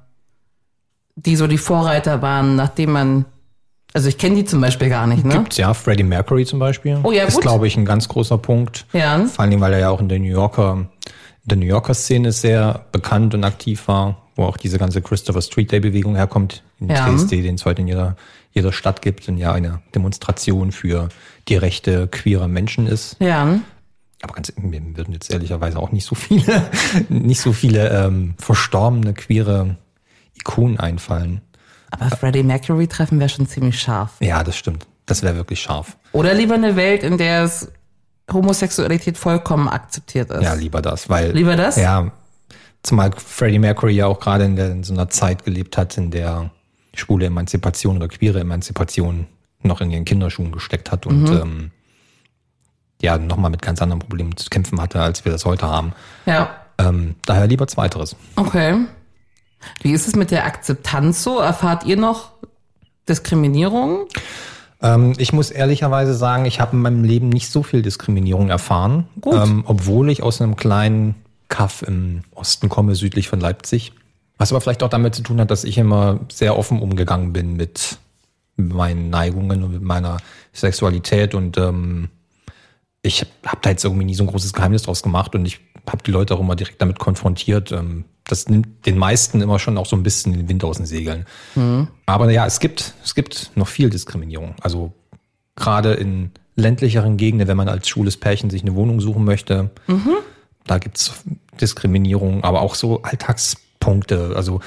die so die Vorreiter waren, nachdem man... Also ich kenne die zum Beispiel gar nicht, ne? Gibt's ja, Freddie Mercury zum Beispiel. Oh ja, ist, gut. glaube ich, ein ganz großer Punkt. Ja. Vor allen Dingen, weil er ja auch in der New Yorker, in der New Yorker Szene sehr bekannt und aktiv war, wo auch diese ganze Christopher Street Day Bewegung herkommt, in Ja. T S D, den es heute in jeder, jeder Stadt gibt und ja eine Demonstration für die Rechte queerer Menschen ist. Ja. Aber ganz, mir würden jetzt ehrlicherweise auch nicht so viele, nicht so viele ähm, verstorbene queere Ikonen einfallen. Aber Freddie Mercury treffen wäre schon ziemlich scharf. Ja, das stimmt. Das wäre wirklich scharf. Oder lieber eine Welt, in der es Homosexualität vollkommen akzeptiert ist. Ja, lieber das, weil... Lieber das? Ja, zumal Freddie Mercury ja auch gerade in, der, in so einer Zeit gelebt hat, in der schwule Emanzipation oder queere Emanzipation noch in ihren Kinderschuhen gesteckt hat und Mhm. ähm, ja, nochmal mit ganz anderen Problemen zu kämpfen hatte, als wir das heute haben. Ja. Ähm, daher lieber Zweiteres. Okay. Wie ist es mit der Akzeptanz so? Erfahrt ihr noch Diskriminierung? Ähm, ich muss ehrlicherweise sagen, ich habe in meinem Leben nicht so viel Diskriminierung erfahren, Gut. ähm, obwohl ich aus einem kleinen Kaff im Osten komme, südlich von Leipzig. Was aber vielleicht auch damit zu tun hat, dass ich immer sehr offen umgegangen bin mit meinen Neigungen und mit meiner Sexualität und ähm, ich habe da jetzt irgendwie nie so ein großes Geheimnis draus gemacht und ich habe die Leute auch immer direkt damit konfrontiert. Ähm, das nimmt den meisten immer schon auch so ein bisschen den Wind aus den Segeln. Mhm. Aber ja, es gibt, es gibt noch viel Diskriminierung. Also gerade in ländlicheren Gegenden, wenn man als schwules Pärchen sich eine Wohnung suchen möchte, mhm. da gibt's Diskriminierung, aber auch so Alltagspunkte. Also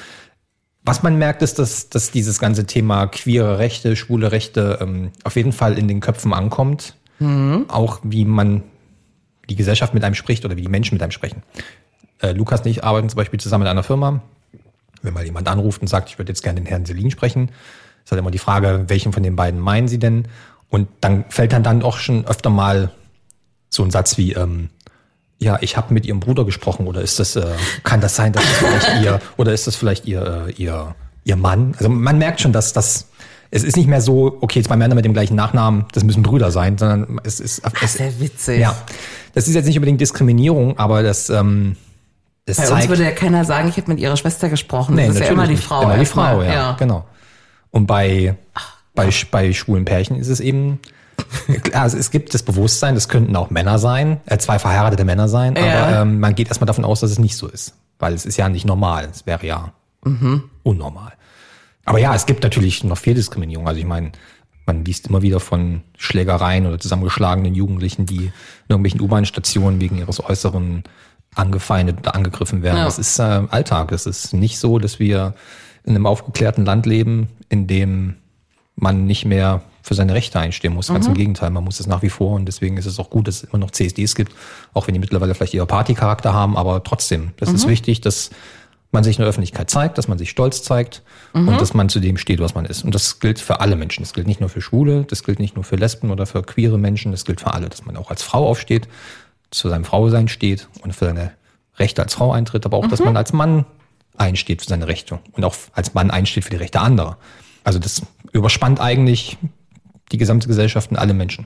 was man merkt, ist, dass, dass dieses ganze Thema queere Rechte, schwule Rechte ähm, auf jeden Fall in den Köpfen ankommt. Mhm. Auch wie man die Gesellschaft mit einem spricht oder wie die Menschen mit einem sprechen. Äh, Lukas und ich arbeiten zum Beispiel zusammen in einer Firma. Wenn mal jemand anruft und sagt, ich würde jetzt gerne den Herrn Selin sprechen, ist halt immer die Frage, welchen von den beiden meinen Sie denn? Und dann fällt dann dann auch schon öfter mal so ein Satz wie, ähm, ja, ich habe mit Ihrem Bruder gesprochen oder ist das, äh, kann das sein, dass das vielleicht Ihr, oder ist das vielleicht Ihr, äh, Ihr, Ihr Mann? Also man merkt schon, dass das, es ist nicht mehr so, okay, zwei Männer mit dem gleichen Nachnamen, das müssen Brüder sein, sondern es ist... Ach, es, sehr witzig. Ja, das ist jetzt nicht unbedingt Diskriminierung, aber das, ähm, das Bei zeigt... uns würde ja keiner sagen, ich habe mit ihrer Schwester gesprochen. Nee, das ist ja immer die nicht. Frau. Immer die erstmal. Frau, ja, ja. genau. Und bei, bei, bei schwulen Pärchen ist es eben... Klar, also es gibt das Bewusstsein, das könnten auch Männer sein, äh, zwei verheiratete Männer sein, Ja. aber ähm, man geht erstmal davon aus, dass es nicht so ist. Weil es ist ja nicht normal. Es wäre ja mhm. unnormal. Aber ja, es gibt natürlich noch viel Diskriminierung. Also ich meine, man liest immer wieder von Schlägereien oder zusammengeschlagenen Jugendlichen, die in irgendwelchen U-Bahn-Stationen wegen ihres Äußeren angefeindet oder angegriffen werden. Ja. Das ist äh, Alltag. Es ist nicht so, dass wir in einem aufgeklärten Land leben, in dem man nicht mehr für seine Rechte einstehen muss. Ganz Mhm. im Gegenteil, man muss es nach wie vor und deswegen ist es auch gut, dass es immer noch C S Ds gibt, auch wenn die mittlerweile vielleicht eher Partycharakter haben, aber trotzdem, das Mhm. ist wichtig, dass man sich in der Öffentlichkeit zeigt, dass man sich stolz zeigt Mhm. und dass man zu dem steht, was man ist. Und das gilt für alle Menschen. Das gilt nicht nur für Schwule, das gilt nicht nur für Lesben oder für queere Menschen, das gilt für alle, dass man auch als Frau aufsteht, zu seinem Frausein steht und für seine Rechte als Frau eintritt, aber auch, dass man als Mann einsteht für seine Rechte und auch als Mann einsteht für die Rechte anderer. Also das überspannt eigentlich die gesamte Gesellschaft und alle Menschen.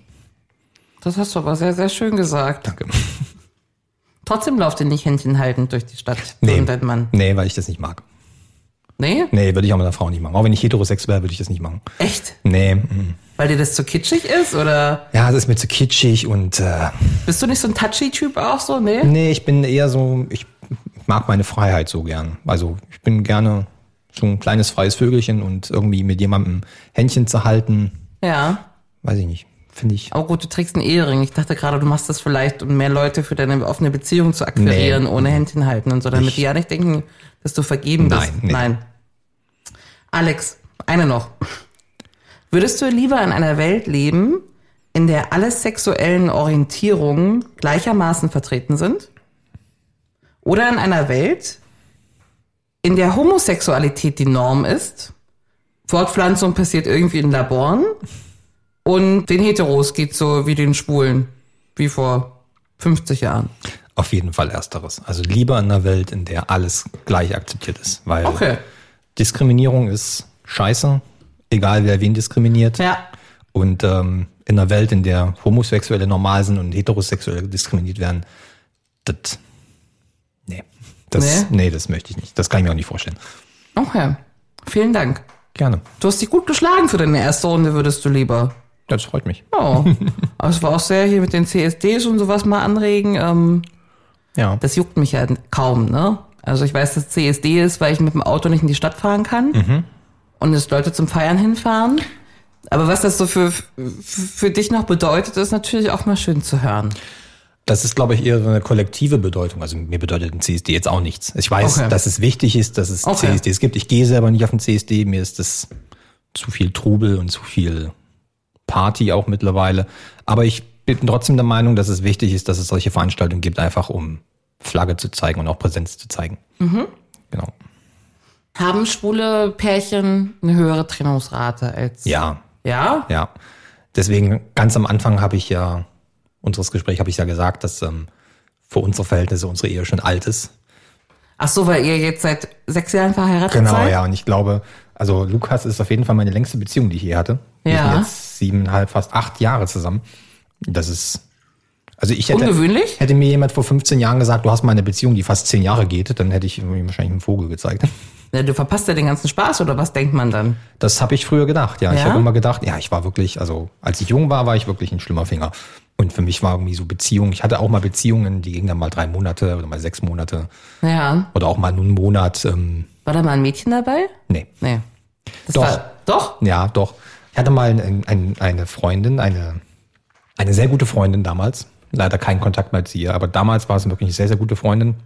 Das hast du aber sehr, sehr schön gesagt. Danke. Trotzdem lauft ihr nicht Händchen haltend durch die Stadt. Nee, Und dein Mann. nee, weil ich das nicht mag. Nee? Nee, würde ich auch mit einer Frau nicht machen. Auch wenn ich heterosexuell wäre, würde ich das nicht machen. Echt? Nee. mm. Weil dir das zu kitschig ist? Oder Ja, das ist mir zu kitschig und äh, bist du nicht so ein Touchy-Typ auch so? Nee? nee, ich bin eher so, ich mag meine Freiheit so gern. Also ich bin gerne so ein kleines freies Vögelchen und irgendwie mit jemandem Händchen zu halten, Ja. weiß ich nicht, finde ich. Aber gut, du trägst einen Ehering. Ich dachte gerade, du machst das vielleicht, um mehr Leute für deine offene Beziehung zu akquirieren, Nee. ohne Händchen halten und so, damit Ich- die ja nicht denken, dass du vergeben bist. Nein, nee. Nein. Alex, eine noch. Würdest du lieber in einer Welt leben, in der alle sexuellen Orientierungen gleichermaßen vertreten sind? Oder in einer Welt, in der Homosexualität die Norm ist, Fortpflanzung passiert irgendwie in Laboren und den Heteros geht so wie den Schwulen, wie vor fünfzig Jahren? Auf jeden Fall ersteres. Also lieber in einer Welt, in der alles gleich akzeptiert ist. Weil Okay. Diskriminierung ist scheiße, egal wer wen diskriminiert. Ja. Und ähm, in einer Welt, in der Homosexuelle normal sind und Heterosexuelle diskriminiert werden, das, nee. Das, Nee? nee, das möchte ich nicht. Das kann ich mir auch nicht vorstellen. Okay. Vielen Dank. Gerne. Du hast dich gut geschlagen für deine erste Runde, würdest du lieber. Das freut mich. Oh. Aber es war auch sehr hier mit den C S Ds und sowas mal anregen. Ähm, Ja. das juckt mich ja kaum, ne? Also ich weiß, dass C S D ist, weil ich mit dem Auto nicht in die Stadt fahren kann. Mhm. Und es Leute zum Feiern hinfahren. Aber was das so für, für dich noch bedeutet, ist natürlich auch mal schön zu hören. Das ist, glaube ich, eher so eine kollektive Bedeutung. Also mir bedeutet ein C S D jetzt auch nichts. Ich weiß, Okay. dass es wichtig ist, dass es Okay. C S Ds gibt. Ich gehe selber nicht auf den C S D. Mir ist das zu viel Trubel und zu viel Party auch mittlerweile. Aber ich bin trotzdem der Meinung, dass es wichtig ist, dass es solche Veranstaltungen gibt, einfach um Flagge zu zeigen und auch Präsenz zu zeigen. Mhm. Genau. Haben schwule Pärchen eine höhere Trennungsrate als... Ja, Ja? ja. Deswegen ganz am Anfang habe ich ja, unseres Gesprächs habe ich ja gesagt, dass ähm, für unsere Verhältnisse unsere Ehe schon alt ist. Ach so, weil ihr jetzt seit sechs Jahren verheiratet Genau, seid? ja. Und ich glaube, also Lukas ist auf jeden Fall meine längste Beziehung, die ich je hatte. Wir Ja. sind jetzt siebeneinhalb, fast acht Jahre zusammen. Das ist, also ich hätte, Ungewöhnlich? hätte mir jemand vor fünfzehn Jahren gesagt, du hast mal eine Beziehung, die fast zehn Jahre geht, dann hätte ich ihm wahrscheinlich einen Vogel gezeigt. Ja, du verpasst ja den ganzen Spaß, oder was denkt man dann? Das habe ich früher gedacht, ja. Ich Ja? habe immer gedacht, ja, ich war wirklich, also als ich jung war, war ich wirklich ein schlimmer Finger. Und für mich war irgendwie so Beziehung, ich hatte auch mal Beziehungen, die gingen dann mal drei Monate oder mal sechs Monate Ja. oder auch mal nur einen Monat. Ähm, War da mal ein Mädchen dabei? nee, Nee. Das Doch. War, doch? ja, doch. Ich hatte mal ein, ein, eine Freundin, eine, eine sehr gute Freundin damals. Leider keinen Kontakt mehr zu ihr, aber damals war es wirklich eine sehr, sehr gute Freundin.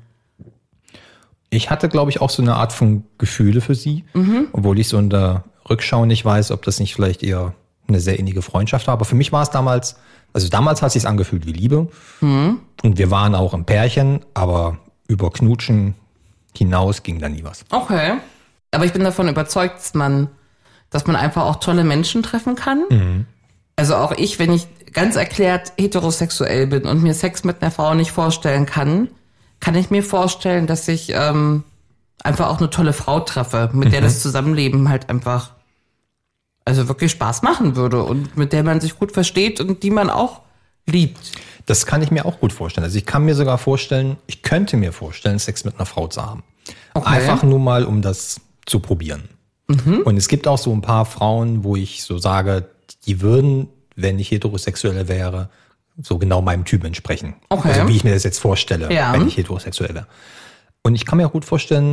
Ich hatte, glaube ich, auch so eine Art von Gefühle für sie, Mhm. obwohl ich so in der Rückschau nicht weiß, ob das nicht vielleicht eher eine sehr innige Freundschaft war. Aber für mich war es damals, also damals hat es sich angefühlt wie Liebe. Mhm. Und wir waren auch im Pärchen, aber über Knutschen hinaus ging da nie was. Okay. Aber ich bin davon überzeugt, dass man, dass man einfach auch tolle Menschen treffen kann. Mhm. Also auch ich, wenn ich ganz erklärt heterosexuell bin und mir Sex mit einer Frau nicht vorstellen kann, kann ich mir vorstellen, dass ich ähm, einfach auch eine tolle Frau treffe, mit der das Zusammenleben halt einfach also wirklich Spaß machen würde und mit der man sich gut versteht und die man auch liebt. Das kann ich mir auch gut vorstellen. Also ich kann mir sogar vorstellen, ich könnte mir vorstellen, Sex mit einer Frau zu haben. Okay. Einfach nur mal, um das zu probieren. Und es gibt auch so ein paar Frauen, wo ich so sage, die würden, wenn ich heterosexuell wäre, so genau meinem Typ entsprechen. Okay. Also wie ich mir das jetzt vorstelle, Ja. wenn ich heterosexuell wäre. Und ich kann mir auch gut vorstellen,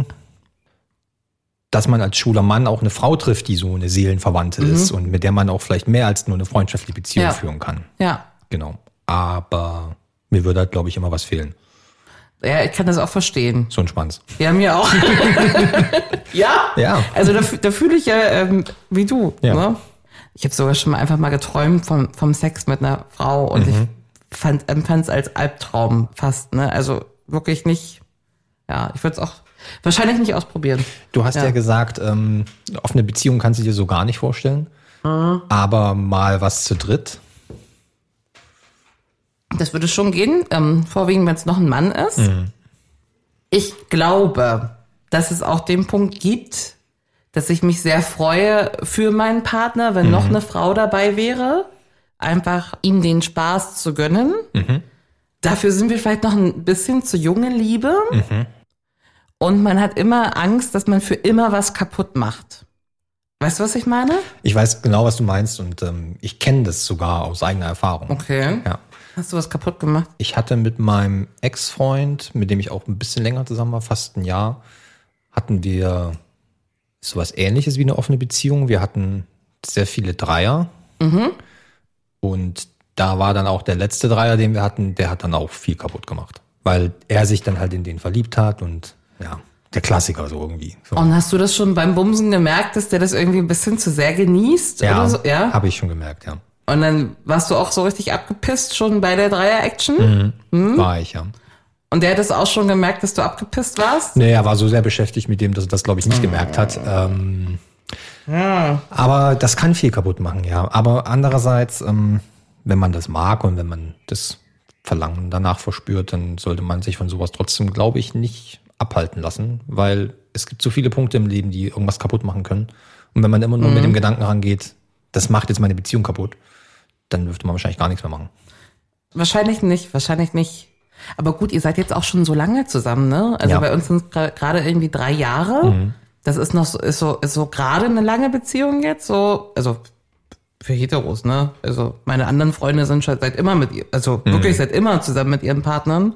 dass man als schwuler Mann auch eine Frau trifft, die so eine Seelenverwandte ist und mit der man auch vielleicht mehr als nur eine freundschaftliche Beziehung Ja. führen kann. Ja. Genau. Aber mir würde halt, glaube ich, immer was fehlen. Ja, ich kann das auch verstehen. So ein Schwanz. Ja, mir auch. Ja? Ja. Also da, fü- da fühle ich ja ähm, wie du. Ja. Ne? Ich habe sogar schon mal einfach mal geträumt vom, vom Sex mit einer Frau und Mhm. ich fand empfand es als Albtraum fast. Ne? Also wirklich nicht, ja, ich würde es auch wahrscheinlich nicht ausprobieren. Du hast ja, Ja. gesagt, ähm, offene Beziehung kannst du dir so gar nicht vorstellen. Aber mal was zu dritt. Das würde schon gehen, ähm, vorwiegend, wenn es noch ein Mann ist. Ich glaube, dass es auch den Punkt gibt, dass ich mich sehr freue für meinen Partner, wenn noch eine Frau dabei wäre, einfach ihm den Spaß zu gönnen. Dafür sind wir vielleicht noch ein bisschen zu junge Liebe. Und man hat immer Angst, dass man für immer was kaputt macht. Weißt du, was ich meine? Ich weiß genau, was du meinst und ähm, ich kenne das sogar aus eigener Erfahrung. Okay. Ja. Hast du was kaputt gemacht? Ich hatte mit meinem Ex-Freund, mit dem ich auch ein bisschen länger zusammen war, fast ein Jahr, hatten wir sowas Ähnliches wie eine offene Beziehung. Wir hatten sehr viele Dreier. Und da war dann auch der letzte Dreier, den wir hatten, der hat dann auch viel kaputt gemacht. Weil er sich dann halt in den verliebt hat und ja. der Klassiker so irgendwie. So. Und hast du das schon beim Bumsen gemerkt, dass der das irgendwie ein bisschen zu sehr genießt? Ja, oder so? Ja, habe ich schon gemerkt, ja. Und dann warst du auch so richtig abgepisst schon bei der Dreier-Action? Mhm. Mhm. War ich, ja. Und der hat es auch schon gemerkt, dass du abgepisst warst? Nee, er war so sehr beschäftigt mit dem, dass er das, glaube ich, nicht gemerkt hat. Ähm, ja. Aber das kann viel kaputt machen, ja. Aber andererseits, ähm, wenn man das mag und wenn man das Verlangen danach verspürt, dann sollte man sich von sowas trotzdem, glaube ich, nicht abhalten lassen, weil es gibt so viele Punkte im Leben, die irgendwas kaputt machen können. Und wenn man immer nur mhm. mit dem Gedanken rangeht, das macht jetzt meine Beziehung kaputt, dann dürfte man wahrscheinlich gar nichts mehr machen. Wahrscheinlich nicht, wahrscheinlich nicht. Aber gut, ihr seid jetzt auch schon so lange zusammen, ne? Also ja. bei uns sind es gerade irgendwie drei Jahre. Mhm. Das ist noch so, ist so, ist so gerade eine lange Beziehung jetzt, so, also für Heteros, ne? Also meine anderen Freunde sind schon seit immer mit ihr, also mhm. wirklich seit immer zusammen mit ihren Partnern.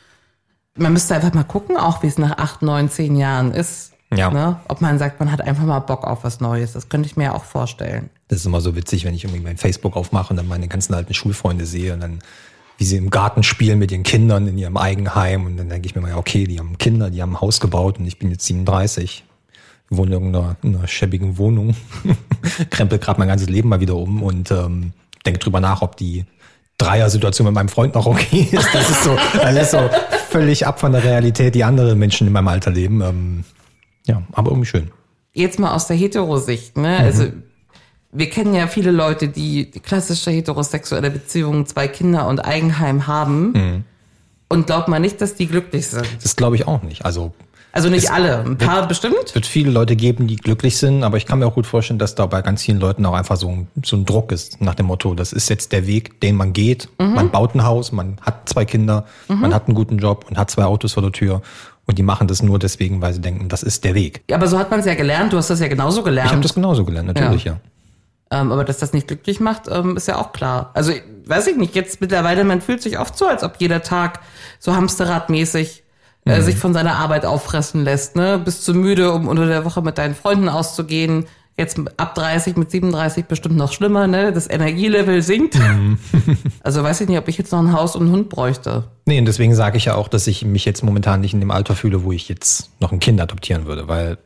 Man müsste einfach mal gucken, auch wie es nach acht, neun, zehn Jahren ist. Ja. Ne? Ob man sagt, man hat einfach mal Bock auf was Neues. Das könnte ich mir auch vorstellen. Das ist immer so witzig, wenn ich irgendwie mein Facebook aufmache und dann meine ganzen alten Schulfreunde sehe und dann, wie sie im Garten spielen mit ihren Kindern in ihrem Eigenheim. Und dann denke ich mir mal, ja, okay, die haben Kinder, die haben ein Haus gebaut und ich bin jetzt siebenunddreißig. Ich wohne in irgendeiner in einer schäbigen Wohnung, krempel gerade mein ganzes Leben mal wieder um und ähm, denke drüber nach, ob die Dreier-Situation mit meinem Freund noch okay ist. Das ist so, alles so völlig ab von der Realität, die andere Menschen in meinem Alter leben. Ähm, ja, aber irgendwie schön. Jetzt mal aus der Hetero-Sicht, ne? Mhm. Also wir kennen ja viele Leute, die, die klassische heterosexuelle Beziehungen, zwei Kinder und Eigenheim haben. Mhm. Und glaubt man nicht, dass die glücklich sind. Das glaube ich auch nicht. Also Also nicht alle, ein paar wird, bestimmt? Es wird viele Leute geben, die glücklich sind, aber ich kann mir auch gut vorstellen, dass da bei ganz vielen Leuten auch einfach so ein, so ein Druck ist, nach dem Motto, das ist jetzt der Weg, den man geht. Mhm. Man baut ein Haus, man hat zwei Kinder, mhm. man hat einen guten Job und hat zwei Autos vor der Tür und die machen das nur deswegen, weil sie denken, das ist der Weg. Ja, aber so hat man es ja gelernt, du hast das ja genauso gelernt. Ich habe das genauso gelernt, natürlich, ja. ja. Ähm, aber dass das nicht glücklich macht, ähm, ist ja auch klar. Also weiß ich nicht, jetzt mittlerweile, man fühlt sich oft so, als ob jeder Tag so hamsterradmäßig Mhm. sich von seiner Arbeit auffressen lässt, ne? Bist zu müde, um unter der Woche mit deinen Freunden auszugehen. Jetzt ab dreißig, mit siebenunddreißig bestimmt noch schlimmer, ne? Das Energielevel sinkt. Mhm. Also weiß ich nicht, ob ich jetzt noch ein Haus und einen Hund bräuchte. Nee, und deswegen sage ich ja auch, dass ich mich jetzt momentan nicht in dem Alter fühle, wo ich jetzt noch ein Kind adoptieren würde, weil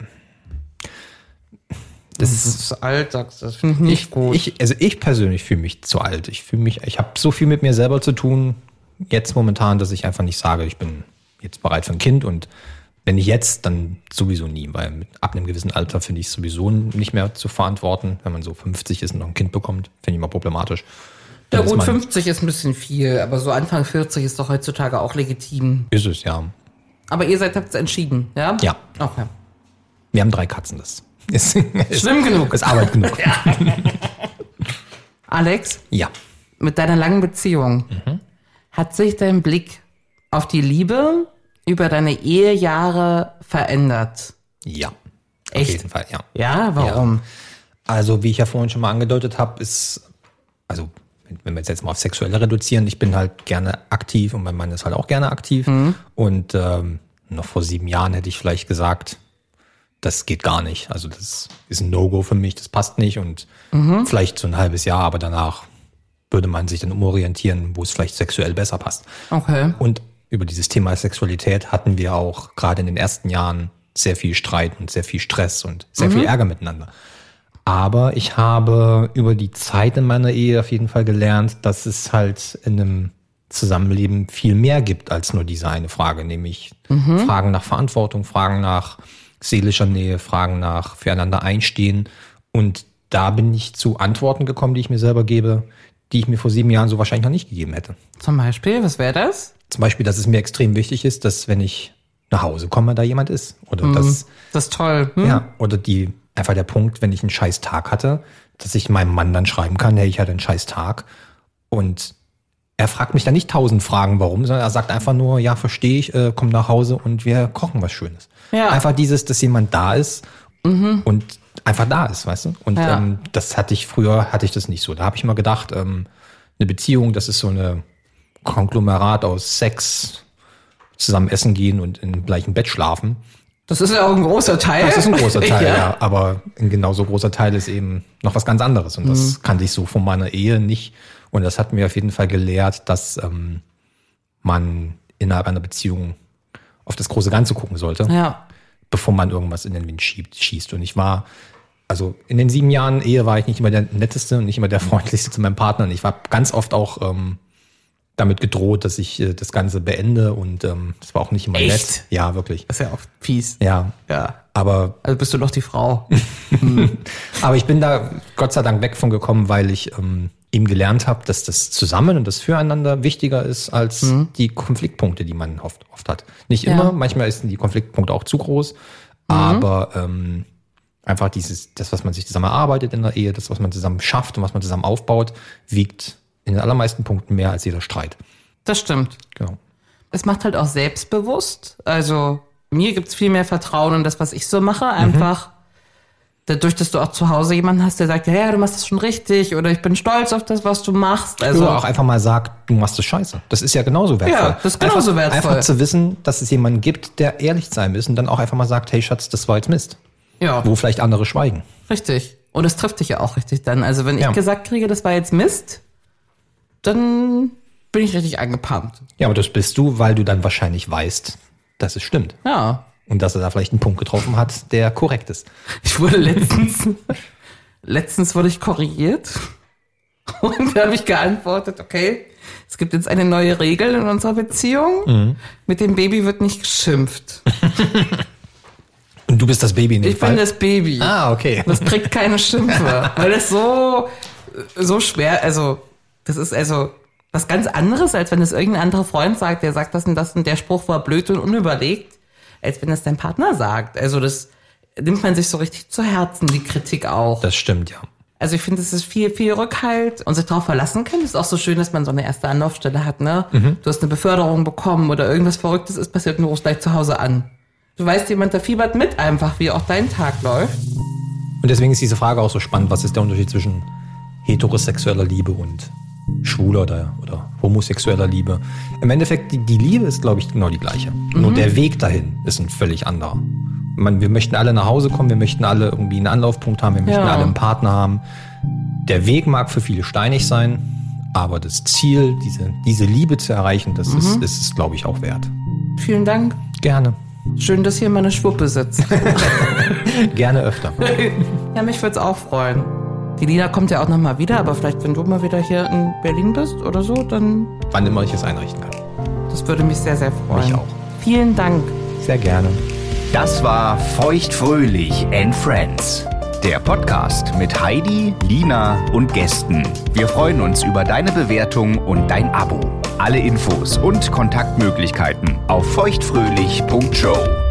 das, das ist alt, sagst du. Das finde ich nicht ich, gut. Ich, also ich persönlich fühle mich zu alt. Ich fühle mich, ich habe so viel mit mir selber zu tun, jetzt momentan, dass ich einfach nicht sage, ich bin jetzt bereit für ein Kind und wenn nicht jetzt, dann sowieso nie, weil mit, ab einem gewissen Alter finde ich es sowieso nicht mehr zu verantworten. Wenn man so fünfzig ist und noch ein Kind bekommt, finde ich immer problematisch. Ja gut, fünfzig ist ein bisschen viel, aber so Anfang vierzig ist doch heutzutage auch legitim. Ist es, ja. Aber ihr seid, habt es entschieden, ja? Ja. Okay. Wir haben drei Katzen, das ist, schlimm genug. Ist Arbeit genug. Ja. Alex? Ja. Mit deiner langen Beziehung, mhm. hat sich dein Blick auf die Liebe über deine Ehejahre verändert? Ja, echt? Auf jeden Fall, ja. Ja, warum? Ja. Also, wie ich ja vorhin schon mal angedeutet habe, ist, also, wenn wir jetzt, jetzt mal auf Sexuelle reduzieren, ich bin halt gerne aktiv und mein Mann ist halt auch gerne aktiv. Mhm. Und ähm, noch vor sieben Jahren hätte ich vielleicht gesagt, das geht gar nicht. Also, das ist ein No-Go für mich, das passt nicht. Und mhm. vielleicht so ein halbes Jahr, aber danach würde man sich dann umorientieren, wo es vielleicht sexuell besser passt. Okay. Und über dieses Thema Sexualität hatten wir auch gerade in den ersten Jahren sehr viel Streit und sehr viel Stress und sehr mhm. viel Ärger miteinander. Aber ich habe über die Zeit in meiner Ehe auf jeden Fall gelernt, dass es halt in einem Zusammenleben viel mehr gibt als nur diese eine Frage, nämlich mhm. Fragen nach Verantwortung, Fragen nach seelischer Nähe, Fragen nach füreinander einstehen. Und da bin ich zu Antworten gekommen, die ich mir selber gebe, die ich mir vor sieben Jahren so wahrscheinlich noch nicht gegeben hätte. Zum Beispiel, was wäre das? Zum Beispiel, dass es mir extrem wichtig ist, dass wenn ich nach Hause komme, da jemand ist. Oder mm, dass, das ist toll. Hm? Ja, oder die, einfach der Punkt, wenn ich einen scheiß Tag hatte, dass ich meinem Mann dann schreiben kann, hey, ich hatte einen scheiß Tag. Und er fragt mich dann nicht tausend Fragen, warum, sondern er sagt einfach nur, ja, verstehe ich, äh, komm nach Hause und wir kochen was Schönes. Ja. Einfach dieses, dass jemand da ist mhm. und einfach da ist, weißt du? Und ja. ähm, das hatte ich früher, hatte ich das nicht so. Da habe ich mal gedacht, ähm, eine Beziehung, das ist so eine Konglomerat aus Sex, zusammen essen gehen und im gleichen Bett schlafen. Das ist ja auch ein großer Teil. Das ist ein großer Teil, ja. ja. Aber ein genauso großer Teil ist eben noch was ganz anderes. Und das mhm. kannte ich so von meiner Ehe nicht. Und das hat mir auf jeden Fall gelehrt, dass ähm, man innerhalb einer Beziehung auf das große Ganze gucken sollte. Ja. bevor man irgendwas in den Wind schiebt, schießt. Und ich war, also in den sieben Jahren Ehe war ich nicht immer der Netteste und nicht immer der Freundlichste zu meinem Partner. Und ich war ganz oft auch ähm, damit gedroht, dass ich äh, das Ganze beende. Und ähm, das war auch nicht immer Echt? nett. Ja, wirklich. Das ist ja oft fies. Ja. Ja. Aber, Also bist du doch die Frau. aber ich bin da Gott sei Dank weg von gekommen, weil ich ähm, eben gelernt habe, dass das Zusammen und das Füreinander wichtiger ist als mhm. die Konfliktpunkte, die man oft, oft hat. Nicht immer, Ja. manchmal sind die Konfliktpunkte auch zu groß, mhm. aber ähm, einfach dieses, das, was man sich zusammen erarbeitet in der Ehe, das, was man zusammen schafft und was man zusammen aufbaut, wiegt in den allermeisten Punkten mehr als jeder Streit. Das stimmt. Genau. Es macht halt auch selbstbewusst. Also mir gibt's viel mehr Vertrauen in das, was ich so mache. Einfach dadurch, dass du auch zu Hause jemanden hast, der sagt, ja, ja, du machst das schon richtig oder ich bin stolz auf das, was du machst. Also Oder auch einfach mal sagt, du machst das scheiße. Das ist ja genauso wertvoll. Ja, das ist genauso einfach, wertvoll. Einfach zu wissen, dass es jemanden gibt, der ehrlich sein will und dann auch einfach mal sagt, hey Schatz, das war jetzt Mist. ja, Wo vielleicht andere schweigen. richtig. Und es trifft dich ja auch richtig dann. Also wenn Ja. ich gesagt kriege, das war jetzt Mist, dann bin ich richtig angepumpt. Ja, aber das bist du, weil du dann wahrscheinlich weißt, dass es stimmt. Ja. Und dass er da vielleicht einen Punkt getroffen hat, der korrekt ist. Ich wurde letztens, letztens wurde ich korrigiert und da habe ich geantwortet, okay, es gibt jetzt eine neue Regel in unserer Beziehung. Mhm. Mit dem Baby wird nicht geschimpft. Und du bist das Baby in dem Ich Fall? bin das Baby. Ah, okay. Das kriegt keine Schimpfe, weil das so, so schwer, also, das ist also was ganz anderes, als wenn es irgendein anderer Freund sagt, der sagt das und das und der Spruch war blöd und unüberlegt, als wenn das dein Partner sagt. Also das nimmt man sich so richtig zu Herzen, die Kritik auch. Das stimmt, ja. Also ich finde, es ist viel, viel Rückhalt und sich darauf verlassen können. Es ist auch so schön, dass man so eine erste Anlaufstelle hat, ne? Mhm. Du hast eine Beförderung bekommen oder irgendwas Verrücktes ist passiert und du rufst gleich zu Hause an. Du weißt, jemand, der fiebert mit einfach, wie auch dein Tag läuft. Und deswegen ist diese Frage auch so spannend. Was ist der Unterschied zwischen heterosexueller Liebe und schwuler oder, oder homosexueller Liebe? Im Endeffekt, die, die Liebe ist, glaube ich, genau die gleiche. Mhm. Nur der Weg dahin ist ein völlig anderer. Man, wir möchten alle nach Hause kommen, wir möchten alle irgendwie einen Anlaufpunkt haben, wir möchten Ja. alle einen Partner haben. Der Weg mag für viele steinig sein, aber das Ziel, diese, diese Liebe zu erreichen, das Mhm. ist, ist es, glaube ich, auch wert. Vielen Dank. Gerne. Schön, dass hier meine Schwuppe sitzt. Gerne öfter. Ja, mich würde es auch freuen. Die Lina kommt ja auch nochmal wieder, aber vielleicht, wenn du mal wieder hier in Berlin bist oder so, dann, Wann immer ich es einrichten kann. das würde mich sehr, sehr freuen. Mich auch. Vielen Dank. Sehr gerne. Das war Feuchtfröhlich and Friends. Der Podcast mit Heidi, Lina und Gästen. Wir freuen uns über deine Bewertung und dein Abo. Alle Infos und Kontaktmöglichkeiten auf feuchtfröhlich punkt show.